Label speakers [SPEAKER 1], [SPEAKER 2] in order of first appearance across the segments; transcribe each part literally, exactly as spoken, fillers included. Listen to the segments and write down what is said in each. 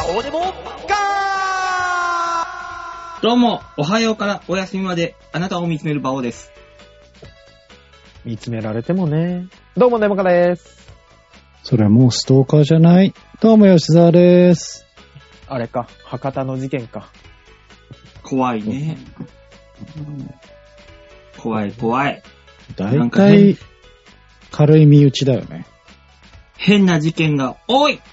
[SPEAKER 1] バオデモガー。
[SPEAKER 2] どうも、おはようからお休みまであなたを見つめるバオです。
[SPEAKER 3] 見つめられてもね。どうも、ネモカです。
[SPEAKER 4] それはもうストーカーじゃない。どうも、吉沢です。
[SPEAKER 3] あれか、博多の事件か。
[SPEAKER 2] 怖いね。うん、怖い怖い。
[SPEAKER 4] だいたい軽い身内だよね。
[SPEAKER 2] 変な事件が多い。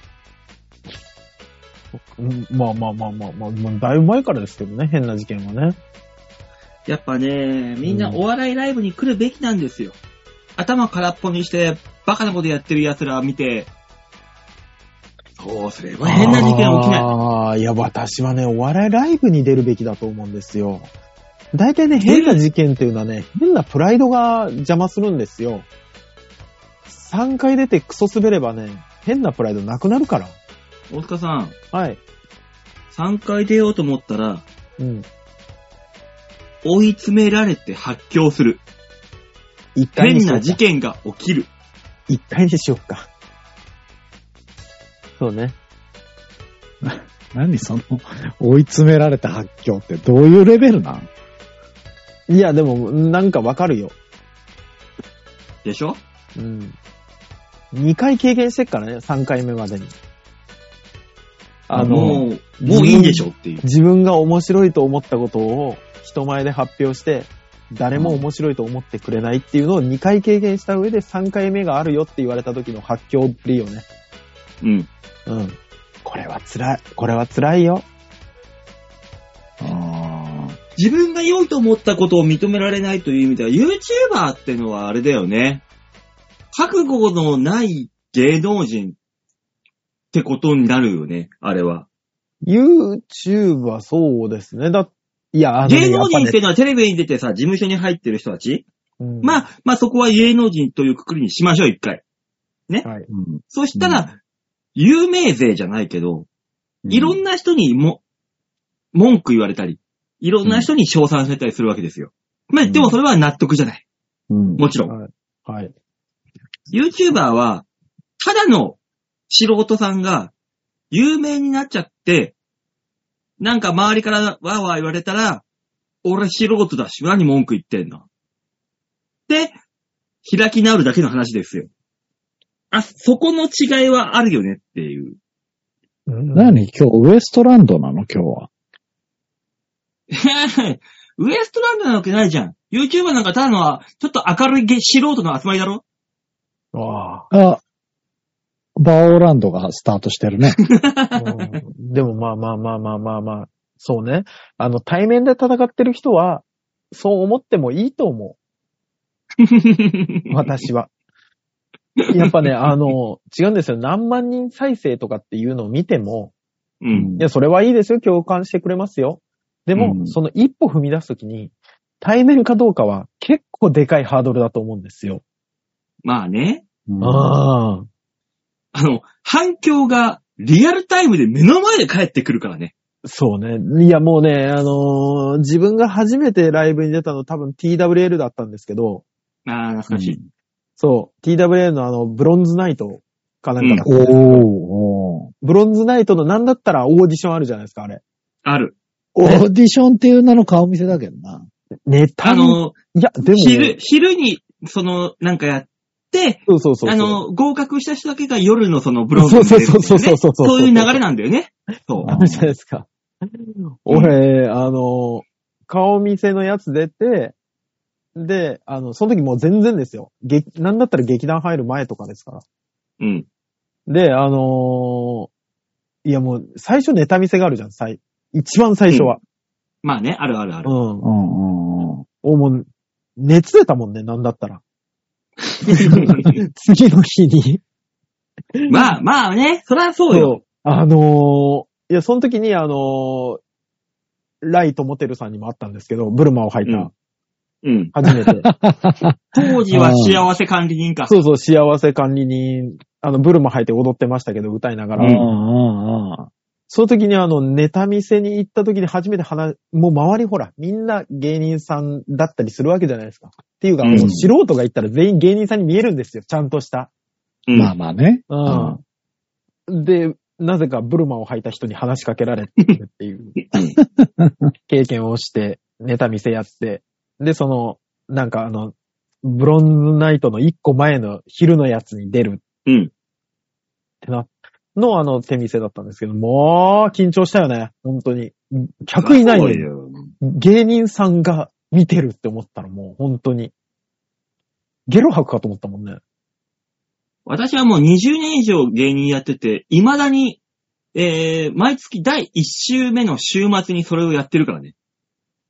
[SPEAKER 3] うん、まあまあまあまあまあ、まあ、だいぶ前からですけどね、変な事件はね。
[SPEAKER 2] やっぱね、みんなお笑いライブに来るべきなんですよ。うん、頭空っぽにしてバカなことやってる奴ら見て、そうすれば変な事件起きない。
[SPEAKER 3] ああ、いや私はね、お笑いライブに出るべきだと思うんですよ。大体ね、変な事件っていうのはね、変なプライドが邪魔するんですよ。さんかい出てクソ滑ればね、変なプライドなくなるから。
[SPEAKER 2] 大塚さん。
[SPEAKER 3] はい。
[SPEAKER 2] さんかい出ようと思ったら、
[SPEAKER 3] うん。
[SPEAKER 2] 追い詰められて発狂する。
[SPEAKER 3] 一回に
[SPEAKER 2] 変な事件が起きる。
[SPEAKER 3] 一回にしよっか。そうね。
[SPEAKER 4] 何その、追い詰められた発狂ってどういうレベルなん？
[SPEAKER 3] いや、でも、なんかわかるよ。
[SPEAKER 2] でしょ？
[SPEAKER 3] うん。にかい経験してっからね、さんかいめまでに。
[SPEAKER 2] あの、もう、もういいんでしょっていう。
[SPEAKER 3] 自分が面白いと思ったことを人前で発表して、誰も面白いと思ってくれないっていうのをにかい経験した上でさんかいめがあるよって言われた時の発狂っぷりよね。
[SPEAKER 2] うん。
[SPEAKER 3] うん。これは辛い。これは辛いよ。
[SPEAKER 2] あ自分が良いと思ったことを認められないという意味では YouTuber ってのはあれだよね。覚悟のない芸能人ってことになるよね、あれは。
[SPEAKER 3] YouTuber そうですね。だいや、あのね、
[SPEAKER 2] 芸能人っていうのはテレビに出てさ、事務所に入ってる人たち、うん、まあ、まあそこは芸能人というくくりにしましょう、一回。ね。はい。うん、そしたら、うん、有名税じゃないけど、いろんな人にも、文句言われたり、いろんな人に称賛されたりするわけですよ。うん、まあ、でもそれは納得じゃない。うん、もちろん。はい。はい、YouTuber は、ただの素人さんが有名になっちゃって、なんか周りからわーわー言われたら、俺素人だし、何文句言ってんので、開き直るだけの話ですよ。あ、そこの違いはあるよねっていう。
[SPEAKER 4] 何今日ウエストランドなの今日は。
[SPEAKER 2] ウエストランドなわけないじゃん。YouTuber なんかただのは、ちょっと明るい素人の集まりだろ。
[SPEAKER 3] あ
[SPEAKER 4] あ。バオランドがスタートしてるね。
[SPEAKER 3] うん、でもまあまあまあまあまあまあ、そうね。あの、対面で戦ってる人は、そう思ってもいいと思う。私は。やっぱね、あの、違うんですよ。何万人再生とかっていうのを見ても、うん、いや、それはいいですよ。共感してくれますよ。でも、うん、その一歩踏み出すときに、対面かどうかは結構でかいハードルだと思うんですよ。
[SPEAKER 2] まあね。
[SPEAKER 3] うん、ああ。
[SPEAKER 2] あの、反響がリアルタイムで目の前で返ってくるからね。
[SPEAKER 3] そうね。いや、もうね、あのー、自分が初めてライブに出たの多分 ティーダブリューエル だったんですけど。
[SPEAKER 2] ああ、懐かしい、うん。
[SPEAKER 3] そう。ティーダブリューエル のあの、ブロンズナイトかなんかだった、
[SPEAKER 4] うん。おー。
[SPEAKER 3] ブロンズナイトのなんだったらオーディションあるじゃないですか、あれ。
[SPEAKER 2] ある。
[SPEAKER 4] オーディションっていう名の顔見せだけどな。
[SPEAKER 3] ネタ
[SPEAKER 2] あの、
[SPEAKER 3] いや、でも。
[SPEAKER 2] 昼、昼に、その、なんかやって、で、
[SPEAKER 3] そうそうそうそう。
[SPEAKER 2] あの、合格した人だけが夜のそのブログに出る、ね。
[SPEAKER 3] そうそうそうそうそう。
[SPEAKER 2] そういう流れなんだよね。そう。
[SPEAKER 3] あるじゃないですか。俺、あの、顔見せのやつ出て、で、あの、その時もう全然ですよ。劇、なんだったら劇団入る前とかですから。
[SPEAKER 2] うん。
[SPEAKER 3] で、あのー、いやもう、最初ネタ見せがあるじゃん、最、一番最初は。うん、
[SPEAKER 2] まあね、あるあるある。
[SPEAKER 3] うん。うんうんうん。お、もう、熱出たもんね、なんだったら。次の日に。
[SPEAKER 2] まあまあね、そりゃそうよ。そう
[SPEAKER 3] あのー、いや、その時にあのー、ライトモテルさんにも会ったんですけど、ブルマを履いた。
[SPEAKER 2] うん。
[SPEAKER 3] 初めて。
[SPEAKER 2] 当時は幸せ管理人か。
[SPEAKER 3] そうそう、幸せ管理人。あの、ブルマ履いて踊ってましたけど、歌いながら。うんうんうん。その時にあの、ネタ見せに行った時に初めて話、もう周りほら、みんな芸人さんだったりするわけじゃないですか。っていうか、うん、もう素人が行ったら全員芸人さんに見えるんですよ、ちゃんとした。
[SPEAKER 4] うん、まあまあね。
[SPEAKER 3] うん。で、 なぜかブルマを履いた人に話しかけられてるっていう経験をして、ネタ見せやって、で、その、なんかあの、ブロンズナイトの一個前の昼のやつに出る。
[SPEAKER 2] うん。
[SPEAKER 3] ってな、のあの手見せだったんですけど、もう緊張したよね。本当に。客いないのに。芸人さんが見てるって思ったらもう本当に。ゲロ吐くかと思ったもんね。
[SPEAKER 2] 私はもうにじゅうねん以上芸人やってて、未だに、えー、毎月だいいち週目の週末にそれをやってるからね。
[SPEAKER 4] ん ?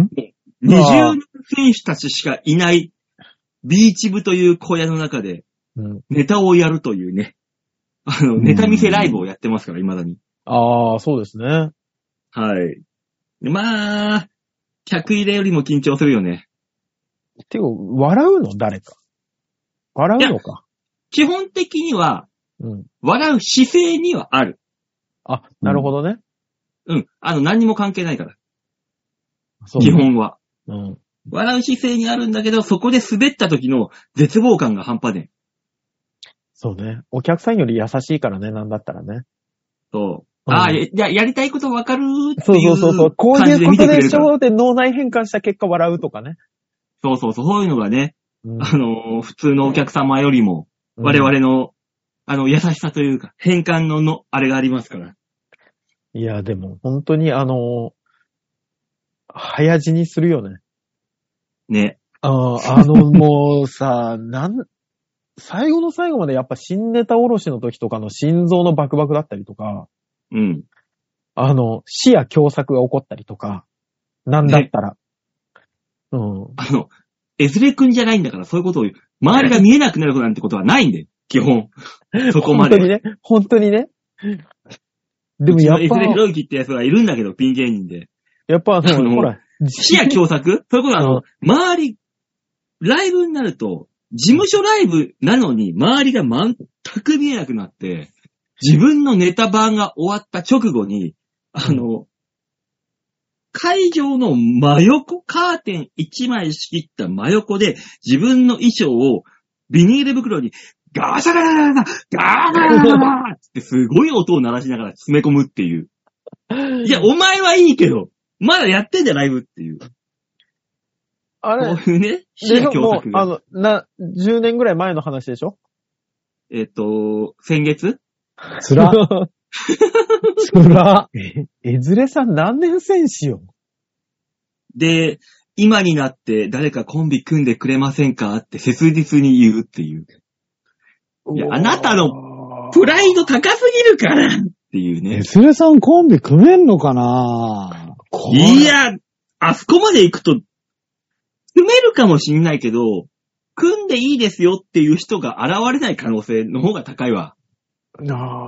[SPEAKER 2] にじゅう 選手たちしかいないビーチ部という小屋の中で、ネタをやるというね。あの、ネタ見せライブをやってますから、未だに。
[SPEAKER 3] ああ、そうですね。
[SPEAKER 2] はい。まあ、客入れよりも緊張するよね。
[SPEAKER 3] てか、笑うの誰か。笑うのか。
[SPEAKER 2] 基本的には、
[SPEAKER 3] うん、
[SPEAKER 2] 笑う姿勢にはある。
[SPEAKER 3] あ、なるほどね。
[SPEAKER 2] うん。うん、あの、何にも関係ないから。そう基本は。
[SPEAKER 3] うん。
[SPEAKER 2] 笑う姿勢にあるんだけど、そこで滑った時の絶望感が半端ねえ。
[SPEAKER 3] そうね。お客さんより優しいからね、なんだったらね。
[SPEAKER 2] そう。うん、ああ、や、やりたいことわかるっていう
[SPEAKER 3] そうそうそう。こういうことでしょうって脳内変換した結果笑うとかね。
[SPEAKER 2] そうそうそう。そういうのがね、うん、あの、普通のお客様よりも、我々の、うん、あの、優しさというか、変換のの、あれがありますから。
[SPEAKER 3] いや、でも、本当にあの、早死にするよね。
[SPEAKER 2] ね。
[SPEAKER 3] ああ、あの、もうさ、なん、最後の最後までやっぱ新ネタおろしの時とかの心臓のバクバクだったりとか、
[SPEAKER 2] うん。
[SPEAKER 3] あの、死や凶作が起こったりとか、なんだったら。ね、うん。
[SPEAKER 2] あの、エズレ君じゃないんだから、そういうことを言う。周りが見えなくなるなんてことはないんで、基本。そこまで。
[SPEAKER 3] 本当にね、本当にね。でもやっぱ。
[SPEAKER 2] エズレヒロユキってやつがいるんだけど、ピン芸人で。
[SPEAKER 3] やっぱあの、あのほら。
[SPEAKER 2] 死や凶作そういうことは、あの、周り、ライブになると、事務所ライブなのに、周りが全く見えなくなって、自分のネタ版が終わった直後に、あの、うん、会場の真横、カーテン一枚仕切った真横で、自分の衣装をビニール袋にガシャガシャガシャガシャガシャガシャってすごい音を鳴らしながら詰め込むっていう。いや、お前はいいけど、まだやってんじゃないぶっていう。
[SPEAKER 3] あれ
[SPEAKER 2] こういうね、死や凶作が。
[SPEAKER 3] あの、な、じゅうねんぐらい前の話でしょ？
[SPEAKER 2] えっと、先月？
[SPEAKER 3] つら。つら。え、えずれさん何年戦士よ。
[SPEAKER 2] で、今になって誰かコンビ組んでくれませんかって切実に言うっていう。いや、あなたのプライド高すぎるからっていうね。
[SPEAKER 4] えずれさんコンビ組めんのかない
[SPEAKER 2] や、あそこまで行くと、組めるかもしんないけど、組んでいいですよっていう人が現れない可能性の方が高いわ。
[SPEAKER 3] あ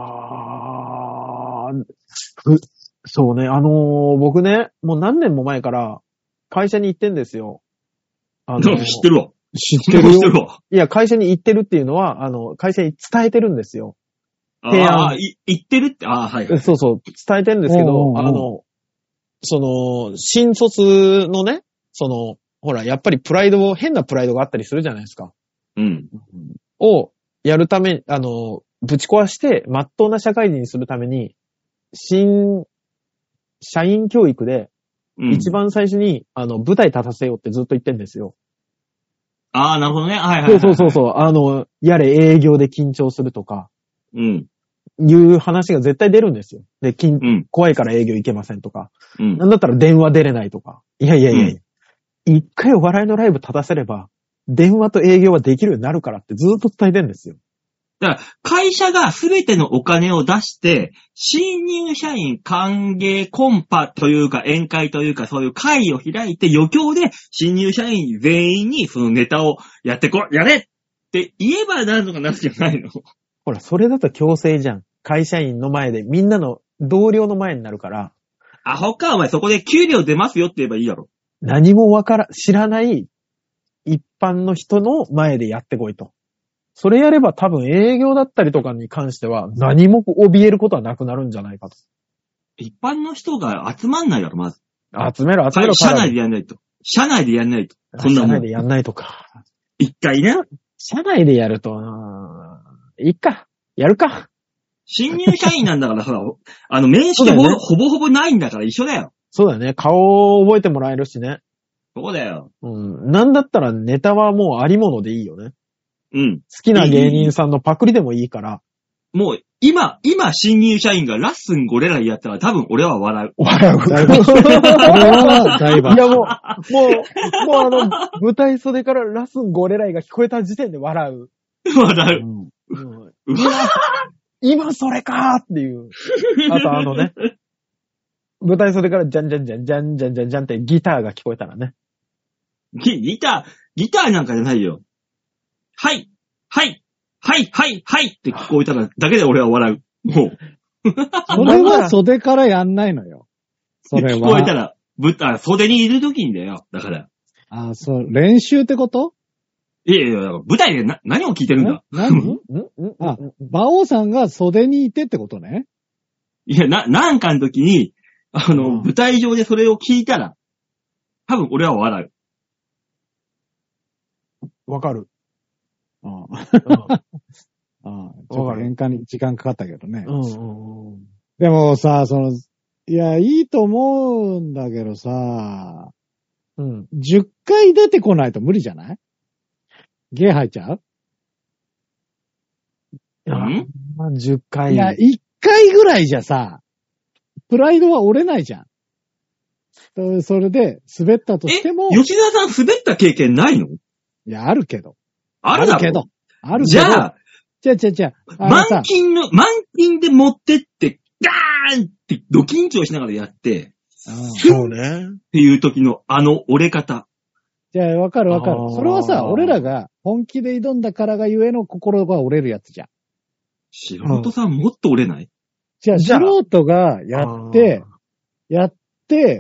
[SPEAKER 3] ー、そうね、あのー、僕ね、もう何年も前から会社に行ってんですよ。
[SPEAKER 2] あのー、知ってるわ。
[SPEAKER 3] 知ってるよ。知ってるわ。いや、会社に行ってるっていうのは、あの、会社に伝えてるんですよ。
[SPEAKER 2] 提案。ああ、い、言ってるって、ああ、はい、はい。
[SPEAKER 3] そうそう、伝えてるんですけど、あの、その、新卒のね、その、ほら、やっぱりプライド、変なプライドがあったりするじゃないですか。
[SPEAKER 2] うん。
[SPEAKER 3] をやるため、あの、ぶち壊して、真っ当な社会人にするために、新、社員教育で、一番最初に、うん、あの、舞台立たせようってずっと言ってんですよ。
[SPEAKER 2] ああ、なるほどね。はいはいはい、はい。
[SPEAKER 3] そうそうそうそう。あの、やれ営業で緊張するとか。
[SPEAKER 2] うん。
[SPEAKER 3] いう話が絶対出るんですよ。で、緊、
[SPEAKER 2] うん、
[SPEAKER 3] 怖いから営業行けませんとか。
[SPEAKER 2] うん。
[SPEAKER 3] なんだったら電話出れないとか。いやいやいやいや。うん、一回お笑いのライブ立たせれば、電話と営業はできるようになるからってずっと伝えてるんですよ。
[SPEAKER 2] だから、会社がすべてのお金を出して、新入社員歓迎コンパというか宴会というかそういう会を開いて余興で新入社員全員にそのネタをやってこ、やれって言えばなんとかなるじゃないの。
[SPEAKER 3] ほら、それだと強制じゃん。会社員の前で、みんなの同僚の前になるから。
[SPEAKER 2] アホか、お前そこで給料出ますよって言えばいいだろ。
[SPEAKER 3] 何もわから、知らない一般の人の前でやってこいと。それやれば多分営業だったりとかに関しては何も怯えることはなくなるんじゃないかと。
[SPEAKER 2] 一般の人が集まんないだろ、まず。
[SPEAKER 3] 集めろ、集めろ。
[SPEAKER 2] 社内でやんないと。社内でやんないと。
[SPEAKER 3] こんなもん。社内でやんないとか。
[SPEAKER 2] 一回ね。
[SPEAKER 3] 社内でやると、いいか。やるか。
[SPEAKER 2] 新入社員なんだからさ、あの、面識ほぼ、ね、ほぼほぼないんだから一緒だよ。
[SPEAKER 3] そうだね。顔を覚えてもらえるしね。
[SPEAKER 2] そうだよ。
[SPEAKER 3] うん。なんだったらネタはもうありものでいいよね。
[SPEAKER 2] うん。
[SPEAKER 3] 好きな芸人さんのパクリでもいいから。
[SPEAKER 2] もう、今、今、新入社員がラッスンゴレライやったら多分俺は笑う。
[SPEAKER 3] 笑う。
[SPEAKER 4] 大丈夫。それは大丈夫。
[SPEAKER 3] いやもう、もう、もうあの、舞台袖からラッスンゴレライが聞こえた時点で笑う。
[SPEAKER 2] 笑う。うん
[SPEAKER 3] うん、今、今それかーっていう。あとあのね、舞台袖からジャンジャンジャンジャンジャンジャンジャンってギターが聞こえたらね。
[SPEAKER 2] ギ、ギター、ギターなんかじゃないよ。はい、はい、はい、はい、はいって聞こえたらだけで俺は笑う。もう。
[SPEAKER 4] それは袖からやんないのよ。それは。
[SPEAKER 2] 聞こえたら、舞台、袖にいるときにだよ。だから。
[SPEAKER 4] ああ、そう、練習ってこと？
[SPEAKER 2] いやいや、舞台でな、何を聞いてるんだ？
[SPEAKER 4] 何？あ、馬王さんが袖にいてってことね。
[SPEAKER 2] いや、な、なんかの時に、あの、うん、舞台上でそれを聞いたら、多分俺は笑
[SPEAKER 3] う。わかる。
[SPEAKER 4] ああ。ああ、ちょっと変化に時間かかったけどね。
[SPEAKER 3] うんうんうん、
[SPEAKER 4] でもさ、その、いや、いいと思うんだけどさ、うん。じゅっかい出てこないと無理じゃない？芸入っちゃう？
[SPEAKER 3] いや、まあ、じゅっかい。
[SPEAKER 4] いや、いっかいぐらいじゃさ、プライドは折れないじゃん。それで、滑ったとしても。
[SPEAKER 2] え、吉田さん滑った経験ないの？
[SPEAKER 4] いや、あるけど。
[SPEAKER 2] あるだろ？あるけど。
[SPEAKER 4] あるけど。
[SPEAKER 2] じゃあ、
[SPEAKER 4] じゃあ、じゃあ、じゃあ。
[SPEAKER 2] 満金の、満金で持ってって、ガーンってド緊張しながらやって、
[SPEAKER 3] そうね。
[SPEAKER 2] っていう時のあの折れ方。
[SPEAKER 4] じゃあ、わかるわかる。それはさ、俺らが本気で挑んだからがゆえの心が折れるやつじゃん。
[SPEAKER 2] 素人さんもっと折れない？
[SPEAKER 4] じゃあ、素人がやって、やって、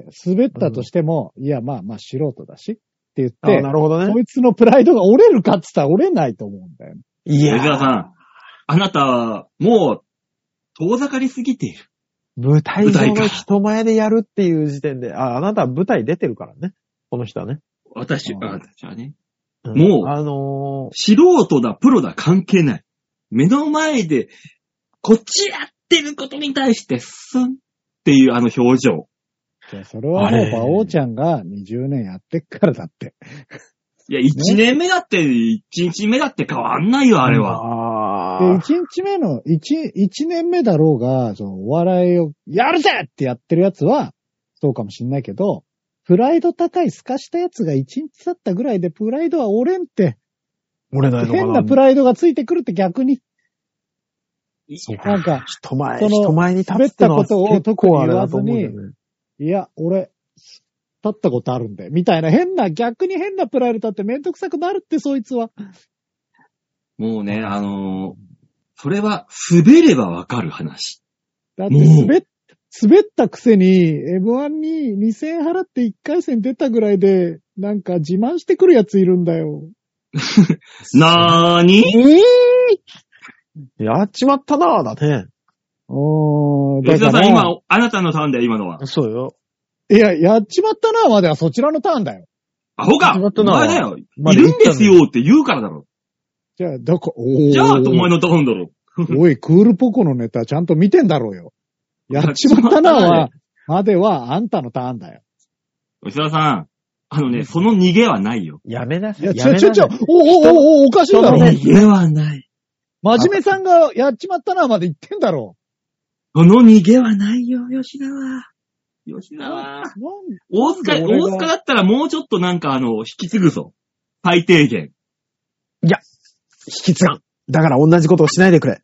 [SPEAKER 4] 滑ったとしても、うん、いや、まあまあ素人だし、って言って、
[SPEAKER 3] なるほどね。
[SPEAKER 4] こいつのプライドが折れるかって言ったら折れないと思うんだよね。
[SPEAKER 2] いや、吉田さん、あなたは、もう、遠ざかりすぎている。
[SPEAKER 3] 舞台上の人前でやるっていう時点で、あ、あなたは舞台出てるからね。この人はね。
[SPEAKER 2] 私、私はね。
[SPEAKER 3] うん、
[SPEAKER 2] もう、
[SPEAKER 3] あのー、
[SPEAKER 2] 素人だ、プロだ、関係ない。目の前で、こっちやってることに対して、スンっていうあの表情。
[SPEAKER 4] いや、それはもう、馬王ちゃんがにじゅうねんやってっからだって。
[SPEAKER 2] いや、いちねんめだって、いちにちめだって変わんないよ、あれは。
[SPEAKER 4] で、いちにちめの、いち、いちねんめだろうが、その、お笑いを、やるぜってやってるやつは、そうかもしんないけど、プライド高い透かしたやつがいちにち経ったぐらいで、プライドは折れんって。
[SPEAKER 3] 折れないのかな。
[SPEAKER 4] 変なプライドがついてくるって逆に。
[SPEAKER 3] そうか。
[SPEAKER 4] なんか、
[SPEAKER 3] 人前、人前に立った
[SPEAKER 4] ことを特に言わずに、いや、俺、立ったことあるんで、みたいな変な、逆に変なプライド立ってめんどくさくなるって、そいつは。
[SPEAKER 2] もうね、あのー、それは滑ればわかる話。
[SPEAKER 4] だって滑っ、滑ったくせに エムワン ににせんえん払っていっかい戦出たぐらいで、なんか自慢してくるやついるんだよ。
[SPEAKER 2] なーに？
[SPEAKER 3] えー、やっちまったなぁ、だね。
[SPEAKER 4] おー、
[SPEAKER 2] 吉田さん、今、あなたのターンだよ、今のは。
[SPEAKER 3] そうよ。
[SPEAKER 4] いや、やっちまったなぁまではそちらのターンだよ。
[SPEAKER 2] アホか！お前だよ。いるんですよって言うからだろ。
[SPEAKER 4] じゃあ、どこ、お
[SPEAKER 2] ー。じゃあ、お前のターンだろ。
[SPEAKER 4] おい、クールポコのネタちゃんと見てんだろうよ。やっちまったなは、まではあんたのターンだよ。
[SPEAKER 2] 吉田さん、あのね、その逃げはないよ。
[SPEAKER 3] やめなさい。
[SPEAKER 4] いや、ちょちょちょ、おおおおおかしいだろ。
[SPEAKER 2] 逃げはない。
[SPEAKER 4] 真面目さんがやっちまったなまで言ってんだろ。
[SPEAKER 2] その逃げはないよ、吉田は。吉田は。大塚、大塚だったらもうちょっとなんかあの、引き継ぐぞ。最低限。
[SPEAKER 3] いや、引き継がん。だから同じことをしないでくれ。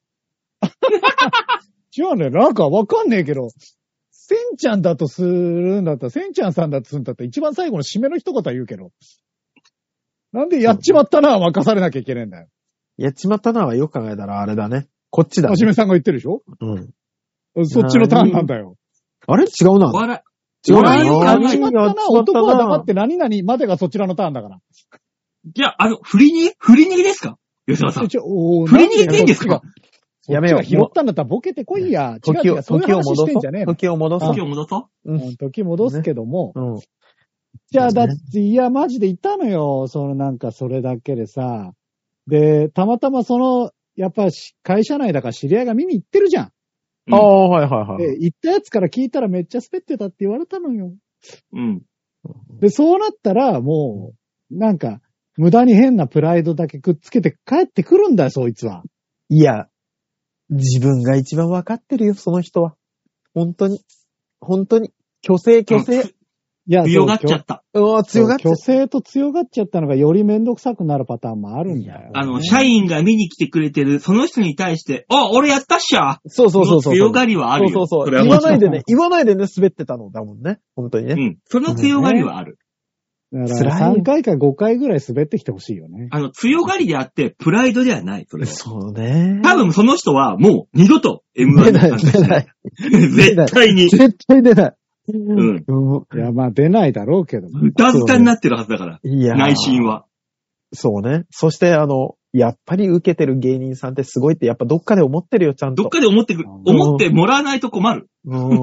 [SPEAKER 4] 違うね。なんかわかんねえけど、センちゃんだとするんだったら、センちゃんさんだとするんだったら一番最後の締めの一言は言うけど。なんでやっちまったなは任されなきゃいけねえんだよ。
[SPEAKER 3] やっちまったなはよく考えたらあれだね。こっちだ、ね。
[SPEAKER 4] 真面目さんが言ってるでしょ？うん。そっちのターンなんだよ。
[SPEAKER 3] あれ違うな。
[SPEAKER 2] 笑
[SPEAKER 4] 違うな。やっちまったな、男は黙って何々までがそちらのターンだから。
[SPEAKER 2] じゃあ、あの、振りに、振り逃げですか？吉田さん。振り逃げていいんですか？
[SPEAKER 4] やめよう。拾ったんだったらボケてこいや。違う違う、そういう話してんじゃねえの。
[SPEAKER 3] 時を戻す。
[SPEAKER 2] 時を戻そう。
[SPEAKER 4] うん、時戻すけども。うん。じゃあ、だって、いや、マジでいたのよ。そのなんか、それだけでさ。で、たまたまその、 やっぱ会社内だから知り合いが見に行ってるじゃん。
[SPEAKER 3] うん、ああ、はいはいはい。
[SPEAKER 4] で、行ったやつから聞いたらめっちゃ滑ってたって言われたのよ。
[SPEAKER 2] うん。
[SPEAKER 4] で、そうなったらもう、なんか、無駄に変なプライドだけくっつけて帰ってくるんだよ、そいつは。
[SPEAKER 3] いや、自分が一番わかってるよ、その人は。本当に。本当に。虚勢虚勢。
[SPEAKER 2] いや、強がっちゃった。
[SPEAKER 3] うわ、強がっちゃった。
[SPEAKER 4] 虚勢と強がっちゃったのがよりめんどくさくなるパターンもあるんだよ、ね。
[SPEAKER 2] あの、社員が見に来てくれてる、その人に対して、あ、俺やったっしゃ
[SPEAKER 3] そうそうそうそう。
[SPEAKER 2] 強がりはあるよ。
[SPEAKER 3] そうそうそう。言わないでね、言わないでね、滑ってたのだもんね。本当にね。
[SPEAKER 2] うん。その強がりはある。
[SPEAKER 4] だからさんかいかごかいぐらい滑ってきてほしいよね。
[SPEAKER 2] あの、強がりであって、プライドではない、それは。
[SPEAKER 3] そうね。
[SPEAKER 2] 多分その人はもう二度と エムワン に参加しない。絶対に。
[SPEAKER 3] 絶対出ない。
[SPEAKER 2] うん。
[SPEAKER 4] いや、まあ出ないだろうけど。
[SPEAKER 2] 歌ずかになってるはずだから。いや。内心は。
[SPEAKER 3] そうね。そしてあの、やっぱり受けてる芸人さんってすごいってやっぱどっかで思ってるよ、ちゃんと。
[SPEAKER 2] どっかで思ってく、思ってもらわないと困る。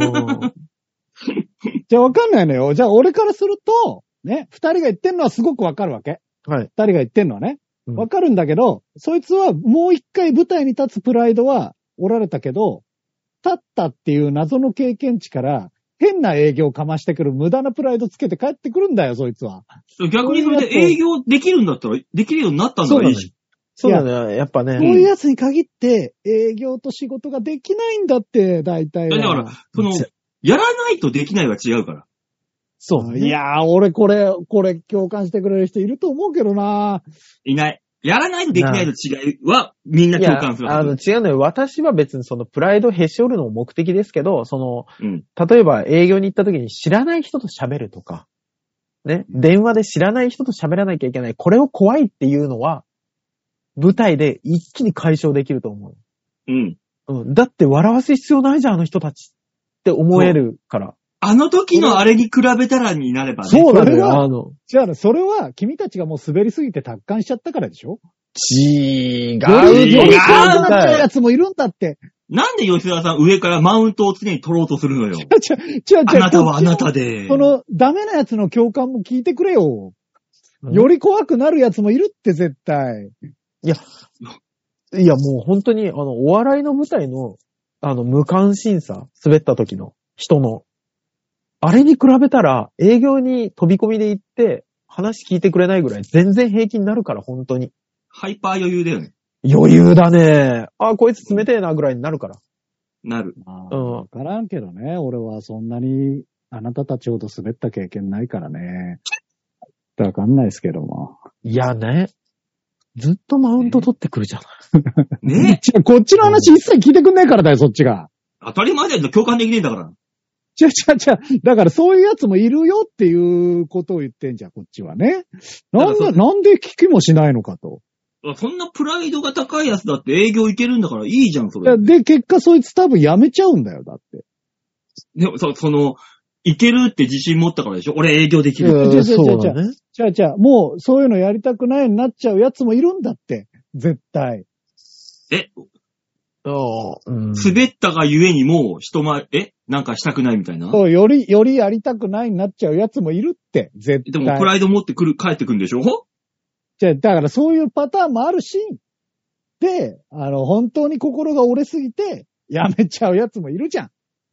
[SPEAKER 4] じゃあわかんないのよ。じゃあ俺からすると、ね、二人が言ってんのはすごくわかるわけ。はい。二人が言ってんのはね。わかるんだけど、うん、そいつはもう一回舞台に立つプライドはおられたけど、立ったっていう謎の経験値から変な営業をかましてくる無駄なプライドつけて帰ってくるんだよ、そいつは。
[SPEAKER 2] 逆にそれで営業できるんだったら、できるようになったんだからいいし。
[SPEAKER 3] そうだね、やっぱね。
[SPEAKER 4] そういうやつに限って営業と仕事ができないんだって、大体は。
[SPEAKER 2] だから、その、やらないとできないは違うから。
[SPEAKER 4] そう、ね。いやー、俺これ、これ共感してくれる人いると思うけどな。
[SPEAKER 2] いない。やらないとできないの違いは、みんな共感する。
[SPEAKER 3] あの、違うのよ。私は別にそのプライドをへし折るのも目的ですけど、その、うん、例えば営業に行った時に知らない人と喋るとか、ね、電話で知らない人と喋らなきゃいけない。これを怖いっていうのは、舞台で一気に解消できると思う。うん。うん。だって笑わせ必要ないじゃん、あの人たちって思えるから。
[SPEAKER 2] あの時のあれに比べたらになればね。
[SPEAKER 4] そうなんだよ。あの。じゃあ、それは君たちがもう滑りすぎて達観しちゃったからでしょ？
[SPEAKER 3] 違う。
[SPEAKER 4] より怖くなっちゃうやつもいるんだって。
[SPEAKER 2] なんで吉田さん上からマウントを常に取ろうとするのよ。
[SPEAKER 4] 違う違う違う。
[SPEAKER 2] あなたはあなたで。
[SPEAKER 4] その、ダメなやつの共感も聞いてくれよ。より怖くなるやつもいるって絶対。
[SPEAKER 3] いや、いやもう本当に、あの、お笑いの舞台の、あの、無関心さ、滑った時の人の、あれに比べたら、営業に飛び込みで行って、話聞いてくれないぐらい全然平気になるから、本当に。
[SPEAKER 2] ハイパー余裕だよね。
[SPEAKER 3] 余裕だね。あ、こいつ冷てえなぐらいになるから。
[SPEAKER 2] なる。
[SPEAKER 4] まあ、うん。わからんけどね。俺はそんなに、あなたたちほど滑った経験ないからね。わかんないですけども。
[SPEAKER 3] いやね。ずっとマウント取ってくるじゃ
[SPEAKER 4] ん。ねえ。こっちの話一切聞いてくんないからだよ、そっちが。
[SPEAKER 2] 当たり前だよ、共感できねえんだから。
[SPEAKER 4] ちゃちゃちゃ、だからそういうやつもいるよっていうことを言ってんじゃん、こっちはね。なんで、なんで聞きもしないのかと。
[SPEAKER 2] そんなプライドが高いやつだって営業いけるんだからいいじゃん、それ。
[SPEAKER 4] で、結果そいつ多分やめちゃうんだよ、だって。
[SPEAKER 2] でも、そ、その、いけるって自信持ったからでしょ？俺営業できるって。
[SPEAKER 4] じゃじゃじゃじゃ、じゃじゃ、もうそういうのやりたくないになっちゃうやつもいるんだって。絶対。
[SPEAKER 2] えうん、滑ったがゆえにもう人前、えなんかしたくないみたいな？
[SPEAKER 4] そう、より、よりやりたくないになっちゃうやつもいるって、絶対。
[SPEAKER 2] でもプライド持ってくる、帰ってくるんでしょ？
[SPEAKER 4] じゃあ、だからそういうパターンもあるし、で、あの、本当に心が折れすぎて、やめちゃうやつもいるじゃん。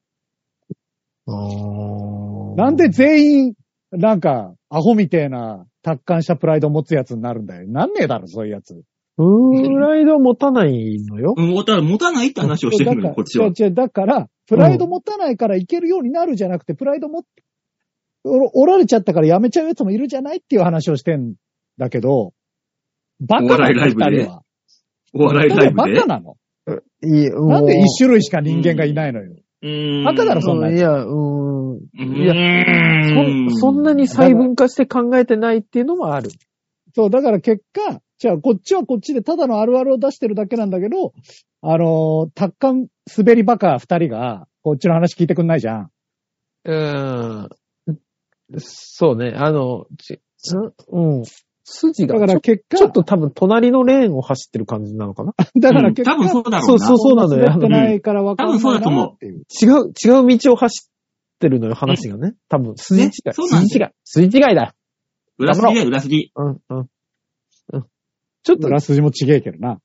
[SPEAKER 4] なんで全員、なんか、アホみてえな、達観したプライドを持つやつになるんだよ。なんねえだろ、そういうやつ。
[SPEAKER 3] プライド持たないのよ。
[SPEAKER 2] 持た、持たないって話をしてるのよ、こっちは。
[SPEAKER 4] 違う違う、だから、プライド持たないからいけるようになるじゃなくて、プライド持って、おられちゃったからやめちゃうやつもいるじゃないっていう話をしてんだけど、バカなの、二人は。
[SPEAKER 2] お笑いライブで。
[SPEAKER 4] バカなの。なんで一種類しか人間がいないのよ。
[SPEAKER 2] うーん。
[SPEAKER 4] バカだろ、そんな。
[SPEAKER 3] いや、うーん。いや、そ、そんなに細分化して考えてないっていうのもある。
[SPEAKER 4] そう、だから結果、じゃあこっちはこっちでただのあるあるを出してるだけなんだけど、あのー、達観滑りバカ二人が、こっちの話聞いてくんないじゃん。
[SPEAKER 3] うーん。そうね、あの、ち、うん。筋が、だから結果ちょっと多分隣のレーンを走ってる感じなのかな。
[SPEAKER 4] だから結果、
[SPEAKER 2] うん、多分そうだろうな。
[SPEAKER 3] そうそうそうなのよ。
[SPEAKER 4] 滑ってないから分かんないな。
[SPEAKER 2] 多分そうだと思う。
[SPEAKER 3] 違う、違う道を走ってるのよ、話がね。多分、筋違い。ね、
[SPEAKER 2] そうなん
[SPEAKER 3] 筋違い。筋違いだ。
[SPEAKER 2] 裏筋だよ、裏筋。
[SPEAKER 3] うん、うん。うん。ちょっと。
[SPEAKER 4] 裏筋も違えけどな。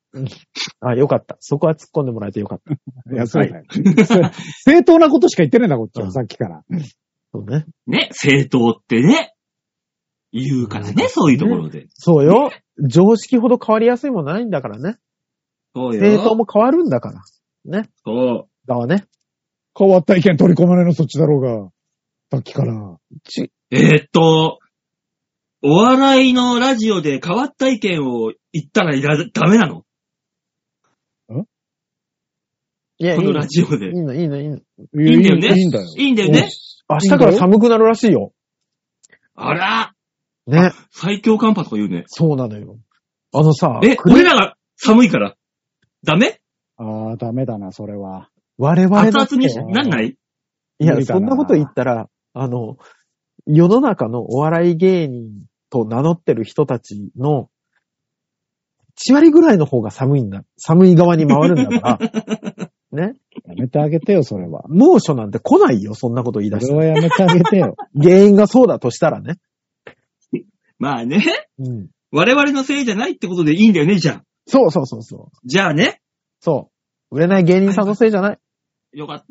[SPEAKER 3] あ、よかった。そこは突っ込んでもらえてよかった。
[SPEAKER 4] いや、そうだよ。正当なことしか言ってねえんだ、こっちは、さっきから。
[SPEAKER 3] そうね。
[SPEAKER 2] ね、正当ってね。言うからね、そういうところで。
[SPEAKER 3] そうよ。常識ほど変わりやすいものないんだからね。
[SPEAKER 2] そうよ。
[SPEAKER 3] 正当も変わるんだから。ね。
[SPEAKER 2] そう。
[SPEAKER 3] だわね。
[SPEAKER 4] 変わった意見取り込まれるのそっちだろうが。さっきから。
[SPEAKER 3] ち、
[SPEAKER 2] えー、っと、お笑いのラジオで変わった意見を言ったらいらダメなの？
[SPEAKER 3] んいや、
[SPEAKER 2] このラジオで。
[SPEAKER 3] いいの、いいの、いいの。
[SPEAKER 2] いいんだよね。
[SPEAKER 4] いいんだよ。
[SPEAKER 2] いいんだよね。
[SPEAKER 3] 明日から寒くなるらしいよ。
[SPEAKER 2] あら。
[SPEAKER 3] ね。
[SPEAKER 2] 最強寒波とか言うね。
[SPEAKER 3] そうなのよ。あのさ。
[SPEAKER 2] え、俺らが寒いから。ダメ？
[SPEAKER 4] ああ、ダメだな、それは。
[SPEAKER 3] 我々だって。
[SPEAKER 2] 熱々になんない？
[SPEAKER 3] いや、そんなこと言ったら、あの、世の中のお笑い芸人と名乗ってる人たちのいち割ぐらいの方が寒いんだ。寒い側に回るんだから。ね。
[SPEAKER 4] やめてあげてよ、それは。
[SPEAKER 3] 猛暑なんて来ないよ、そんなこと言い出して。
[SPEAKER 4] それはやめてあげてよ。
[SPEAKER 3] 原因がそうだとしたらね。
[SPEAKER 2] まあね。
[SPEAKER 3] うん。
[SPEAKER 2] 我々のせいじゃないってことでいいんだよね、じゃあ。
[SPEAKER 3] そうそうそうそう。
[SPEAKER 2] じゃあね。
[SPEAKER 3] そう。売れない芸人さんのせいじゃない。
[SPEAKER 2] よかった。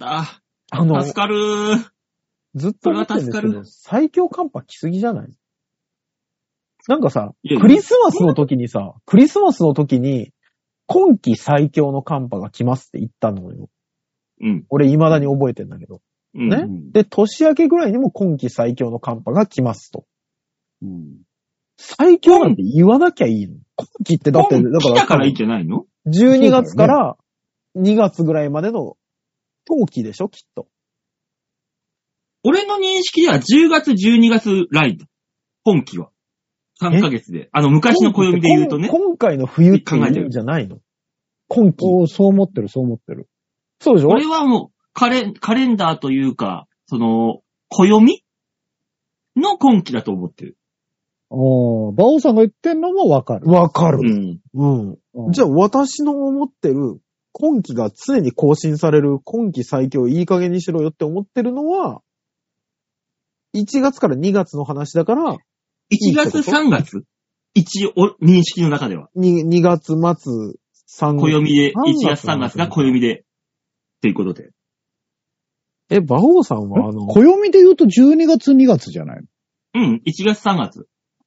[SPEAKER 3] あの、
[SPEAKER 2] 助かるー。
[SPEAKER 3] ずっと思ってるんですけど、最強寒波来すぎじゃない？なんかさ、
[SPEAKER 2] いやいや
[SPEAKER 3] クリスマスの時にさ、クリスマスの時に、今季最強の寒波が来ますって言ったのよ。
[SPEAKER 2] うん。
[SPEAKER 3] 俺未だに覚えてんだけど。
[SPEAKER 2] うん。
[SPEAKER 3] ね。で、年明けぐらいにも今季最強の寒波が来ますと。
[SPEAKER 4] うん。
[SPEAKER 3] 最強なんて言わなきゃいいの。今季ってだって、だから。
[SPEAKER 2] 来たからいいんじゃないの？
[SPEAKER 3] じゅうにがつからにがつぐらいまでの冬季でしょ、きっと。
[SPEAKER 2] 俺の認識ではじゅうがつ、じゅうにがつラインだ。今季は。さんかげつで。あの、昔の暦で言うとね。
[SPEAKER 3] 今回の冬って言うんじゃないの？今季。
[SPEAKER 4] そう思ってる、そう思ってる。
[SPEAKER 3] そうでしょ？
[SPEAKER 2] 俺はもう、カレン、カレンダーというか、その、暦の今季だと思ってる。
[SPEAKER 4] おー、バオさんが言ってんのもわかる。
[SPEAKER 3] わかる。
[SPEAKER 2] うん。
[SPEAKER 3] うん。じゃあ、私の思ってる、今季が常に更新される、今季最強いい加減にしろよって思ってるのは、いちがつからにがつの話だから、
[SPEAKER 2] いちがつ、さんがつ一応、認識の中では。
[SPEAKER 3] に、にがつ末、さんがつ。
[SPEAKER 2] 暦で、いちがつ、さんがつが暦で、っていうことで。
[SPEAKER 3] え、馬王さんはあの、
[SPEAKER 4] 暦で言うとじゅうにがつ、にがつじゃないの？
[SPEAKER 2] うん、いちがつ、さんがつ。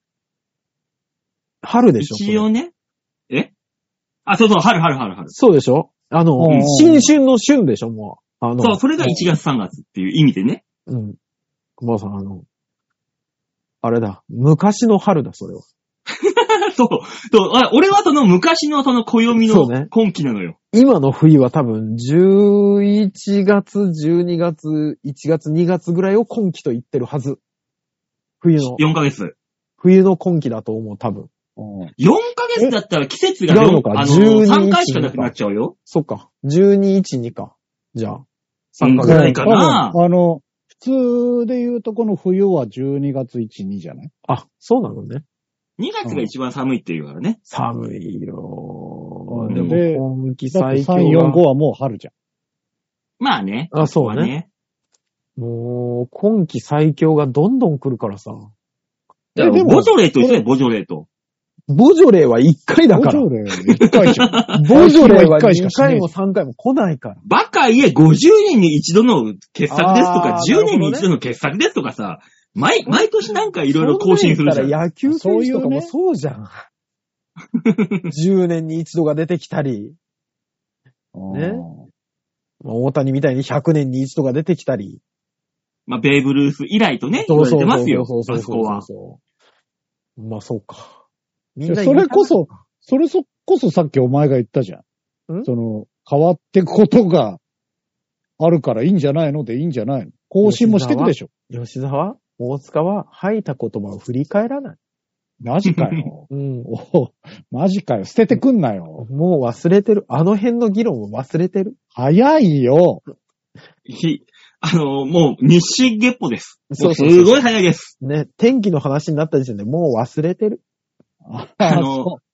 [SPEAKER 3] 春でしょ？
[SPEAKER 2] 一応ね。えあ、そうそう、春、春、春、春。
[SPEAKER 3] そうでしょ？あの、新春の春でしょ、もう。あの。
[SPEAKER 2] そう、それがいちがつ、さんがつっていう意味でね。
[SPEAKER 3] うん。馬王さん、あの、あれだ、昔の春だ、それは。
[SPEAKER 2] そう、そう、俺はその昔のその暦の今季なのよ。
[SPEAKER 3] ね、今の冬は多分、じゅういちがつ、じゅうにがつ、いちがつ、にがつぐらいを今季と言ってるはず。冬の。
[SPEAKER 2] よんかげつ。
[SPEAKER 3] 冬の今季だと思う、多分。
[SPEAKER 2] よんかげつだったら季節がよん、あの、さんかいしかなくなっちゃうよ。
[SPEAKER 3] そっか。じゅうに、いち、にか。じゃあ。
[SPEAKER 2] さんかげつぐらいかな。
[SPEAKER 4] あの、普通で言うとこの冬はじゅうにがついち、にじゃない？
[SPEAKER 3] あ、そうなのね。
[SPEAKER 2] にがつが一番寒いっていうからね。
[SPEAKER 3] 寒いよ
[SPEAKER 4] ー。
[SPEAKER 3] でも今季最強
[SPEAKER 4] さん、よん、ごはもう春じゃん。
[SPEAKER 2] まあね。
[SPEAKER 3] あ、そうね。ねもう、今季最強がどんどん来るからさ。
[SPEAKER 2] いや、でも、ボジョレーと一緒だよ、ボジョレーと。
[SPEAKER 3] ボジョレーはいっかいだから。
[SPEAKER 4] ボジョレーいっかいじゃん。
[SPEAKER 3] ボジョレーはいっかいもさんかいも来ないから。
[SPEAKER 2] バカ言え、ごじゅうねんに一度の傑作ですとか、じゅうねんに一度の傑作ですとかさ、毎、毎年なんかいろいろ更新するじゃん。
[SPEAKER 3] 野球選手とかもそうじゃん。じゅうねんに一度が出てきたり。ね。大谷みたいにひゃくねんに一度が出てきたり。
[SPEAKER 2] まあ、ベーブ・ルース以来とね、言われてますよ。
[SPEAKER 3] そうそうそうそう。
[SPEAKER 2] あそこ
[SPEAKER 3] は。まあ、そうか。
[SPEAKER 4] みんなそれこそ、それこそさっきお前が言ったじゃん。んその、変わっていくことがあるからいいんじゃないのでいいんじゃないの？更新もしてくでしょ。
[SPEAKER 3] 吉沢大塚は吐いた言葉を振り返らない。
[SPEAKER 4] マジかよ。
[SPEAKER 3] うん。
[SPEAKER 4] おマジかよ。捨ててくんなよ。
[SPEAKER 3] もう忘れてる。あの辺の議論を忘れてる。
[SPEAKER 4] 早いよ。
[SPEAKER 2] ひ、あの、もう日進月歩です。
[SPEAKER 3] そうそうそう。
[SPEAKER 2] すごい早いです。
[SPEAKER 3] ね、天気の話になった時点でもう忘れてる。
[SPEAKER 2] あの、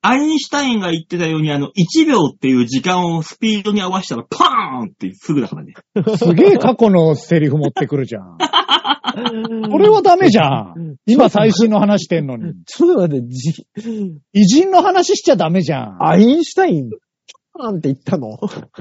[SPEAKER 2] アインシュタインが言ってたように、あの、いちびょうっていう時間をスピードに合わせたら、パーンってすぐだからね。
[SPEAKER 4] すげえ過去のセリフ持ってくるじゃん。これはダメじゃん。今最新の話してんのに。
[SPEAKER 3] ちょっと待って、じ、
[SPEAKER 4] 偉人の話しちゃダメじゃん。
[SPEAKER 3] アインシュタイン、なんて言ったの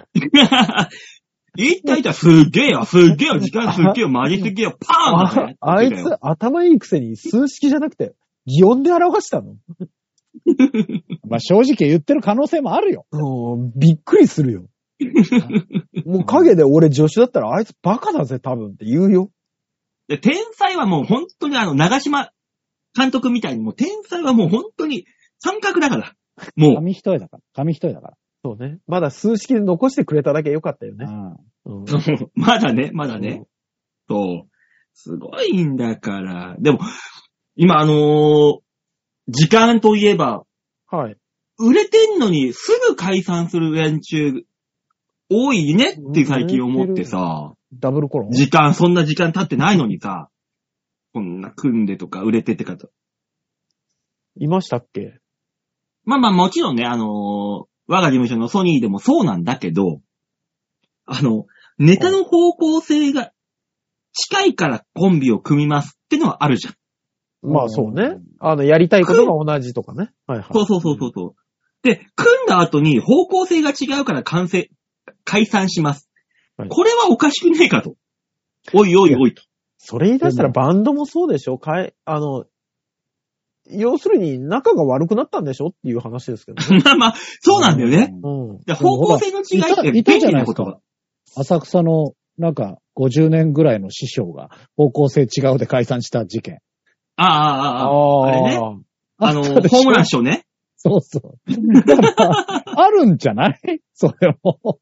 [SPEAKER 2] 言った言った、すっげえよ、すっげえよ、時間すっげえよ、マジすっげえよ、パーンだね。
[SPEAKER 3] ああいつ、頭いいくせに数式じゃなくて、擬音で表したの
[SPEAKER 4] まあ正直言ってる可能性もあるよ。
[SPEAKER 3] うん、びっくりするよ。もう影で俺助手だったらあいつバカだぜ多分って言うよ。
[SPEAKER 2] で天才はもう本当にあの、長島監督みたいにもう天才はもう本当に三角だから。もう。
[SPEAKER 4] 紙一重だから。紙一重だから。
[SPEAKER 3] そうね。まだ数式で残してくれただけよかったよね。
[SPEAKER 2] うん、まだね、まだね。そう。すごいんだから。でも、今あのー、時間といえば、
[SPEAKER 3] はい。
[SPEAKER 2] 売れてんのにすぐ解散する連中、多いねって最近思ってさ。
[SPEAKER 3] ダブルコロン
[SPEAKER 2] 時間、そんな時間経ってないのにさ、こんな組んでとか売れてって方。
[SPEAKER 3] いましたっけ？
[SPEAKER 2] まあまあもちろんね、あのー、我が事務所のソニーでもそうなんだけど、あの、ネタの方向性が近いからコンビを組みますってのはあるじゃん。
[SPEAKER 3] まあそうね。あの、やりたいことが同じとかね。はいはい。
[SPEAKER 2] そうそうそうそうそう。で、組んだ後に方向性が違うから完成、解散します。はい、これはおかしくねえかと。おいおいおいと。
[SPEAKER 3] それ言い出したらバンドもそうでしょ？かえ、あの、要するに仲が悪くなったんでしょっていう話ですけどね。
[SPEAKER 2] まあまあ、そうなんだよね。
[SPEAKER 3] うん。
[SPEAKER 2] で方向性の違いって
[SPEAKER 4] いたじゃないですか。浅草のなんかごじゅうねんぐらいの師匠が方向性違うで解散した事件。
[SPEAKER 2] ああ、ああ、ああ、あれね。あの、ホームラン賞ね。
[SPEAKER 4] そうそう。あるんじゃないそれも。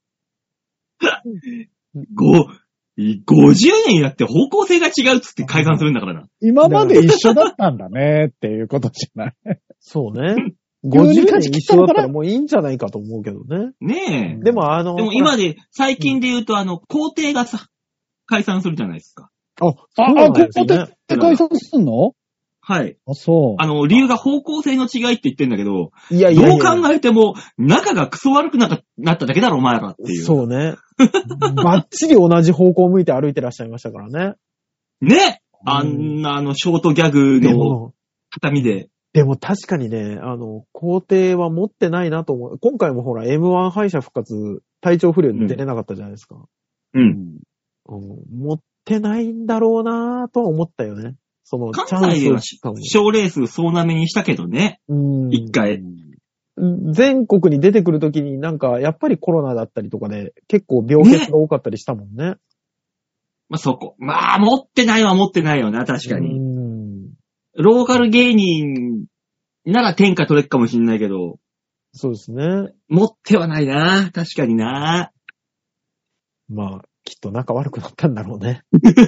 [SPEAKER 2] ご、ごじゅうねんやって方向性が違うっつって解散するんだからな。
[SPEAKER 4] 今まで一緒だったんだねっていうことじゃない。
[SPEAKER 3] そうね。ごじゅうねん一緒だったらもういいんじゃないかと思うけどね。
[SPEAKER 2] ねえ。
[SPEAKER 3] でもあの。
[SPEAKER 2] でも今で、最近で言うとあの、皇帝がさ、解散するじゃないですか。
[SPEAKER 3] あ、
[SPEAKER 4] あ、あ、皇帝って解散すんの？
[SPEAKER 2] はい。
[SPEAKER 4] あ、そう。
[SPEAKER 2] あの、理由が方向性の違いって言ってんだけど、
[SPEAKER 3] いやいやいや
[SPEAKER 2] どう考えても、仲がクソ悪くなっただけだろ、お前らっていう。
[SPEAKER 3] そうね。バッチリ同じ方向を向いて歩いてらっしゃいましたからね。
[SPEAKER 2] ね、あんなあの、ショートギャグの畳で。
[SPEAKER 3] でも確かにね、あの、皇帝は持ってないなと思う。今回もほら、エムワン 敗者復活、体調不良で出れなかったじゃないですか。
[SPEAKER 2] うん。
[SPEAKER 3] うん、持ってないんだろうなぁとは思ったよね。その、
[SPEAKER 2] 関西では賞レース総なめにしたけどね。
[SPEAKER 3] うん。
[SPEAKER 2] 一回。
[SPEAKER 3] 全国に出てくるときになんか、やっぱりコロナだったりとかで、結構病欠が多かったりしたもんね。ね、
[SPEAKER 2] まあ、そこ。まあ、持ってないは持ってないよな、確かに。
[SPEAKER 3] うん。
[SPEAKER 2] ローカル芸人なら天下取れっかもしんないけど。
[SPEAKER 3] そうですね。
[SPEAKER 2] 持ってはないな、確かにな。
[SPEAKER 3] まあ、きっと仲悪くなったんだろうね。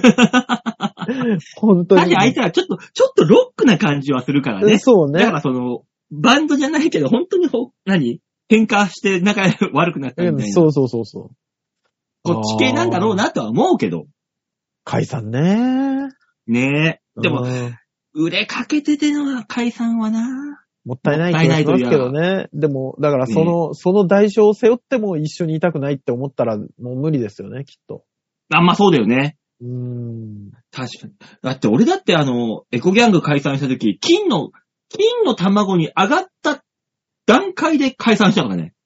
[SPEAKER 3] 本当に。
[SPEAKER 2] 何あいつらちょっと、ちょっとロックな感じはするからね。
[SPEAKER 3] そうね。
[SPEAKER 2] だからその、バンドじゃないけど、本当にほ、何喧嘩して仲悪くなったみたいな。
[SPEAKER 3] そうそうそうそう。
[SPEAKER 2] こっち系なんだろうなとは思うけど。
[SPEAKER 3] 解散ね。
[SPEAKER 2] ねえ。でも、売れかけてての解散はな。
[SPEAKER 3] もったいない気がしますけどね。でも、だからその、ね、その代償を背負っても一緒にいたくないって思ったらもう無理ですよね、きっと。
[SPEAKER 2] あ、まあそうだよね。
[SPEAKER 3] うーん。
[SPEAKER 2] 確かに。だって俺だってあの、エコギャング解散した時、金の、金の卵に上がった段階で解散したからね。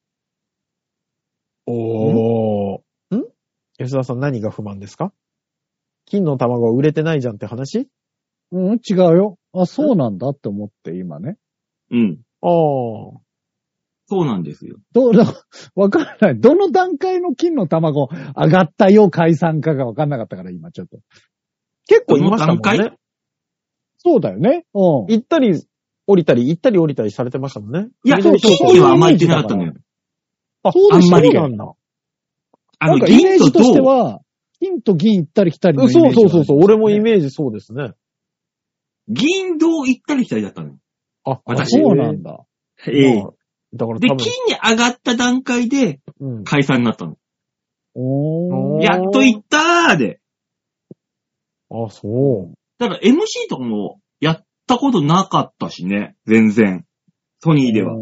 [SPEAKER 3] おー。ん？吉田さん何が不満ですか？金の卵は売れてないじゃんって話？
[SPEAKER 4] うん、違うよ。あ、そうなんだって思って今ね。
[SPEAKER 2] うん。
[SPEAKER 3] ああ。
[SPEAKER 2] そうなんですよ。
[SPEAKER 4] どう、わかんない。どの段階の金の卵上がったよ解散かがわかんなかったから今ちょっと。
[SPEAKER 3] 結構いましたもんね。
[SPEAKER 4] そうだよね。うん。
[SPEAKER 3] 行ったり降りたり、行ったり降りたりされてましたもんね。
[SPEAKER 2] いや、金にはあんまり行ってなかったのよ。
[SPEAKER 4] あ、そうです
[SPEAKER 2] あんまり
[SPEAKER 4] なんだ。
[SPEAKER 2] あの、
[SPEAKER 4] なんかイメージとしては、金と銀行ったり来たりのイメージ、
[SPEAKER 3] ね。そうそうそうそう。俺もイメージそうですね。
[SPEAKER 2] 銀銅行ったり来たりだったのよ。
[SPEAKER 4] あ、私。そうなんだ。
[SPEAKER 2] ええ。だからで、金に上がった段階で、解散になったの。
[SPEAKER 4] お
[SPEAKER 2] ー。やっと行ったーで。
[SPEAKER 3] あ、そう。
[SPEAKER 2] ただ エムシー とかもやったことなかったしね。全然。ソニーでは。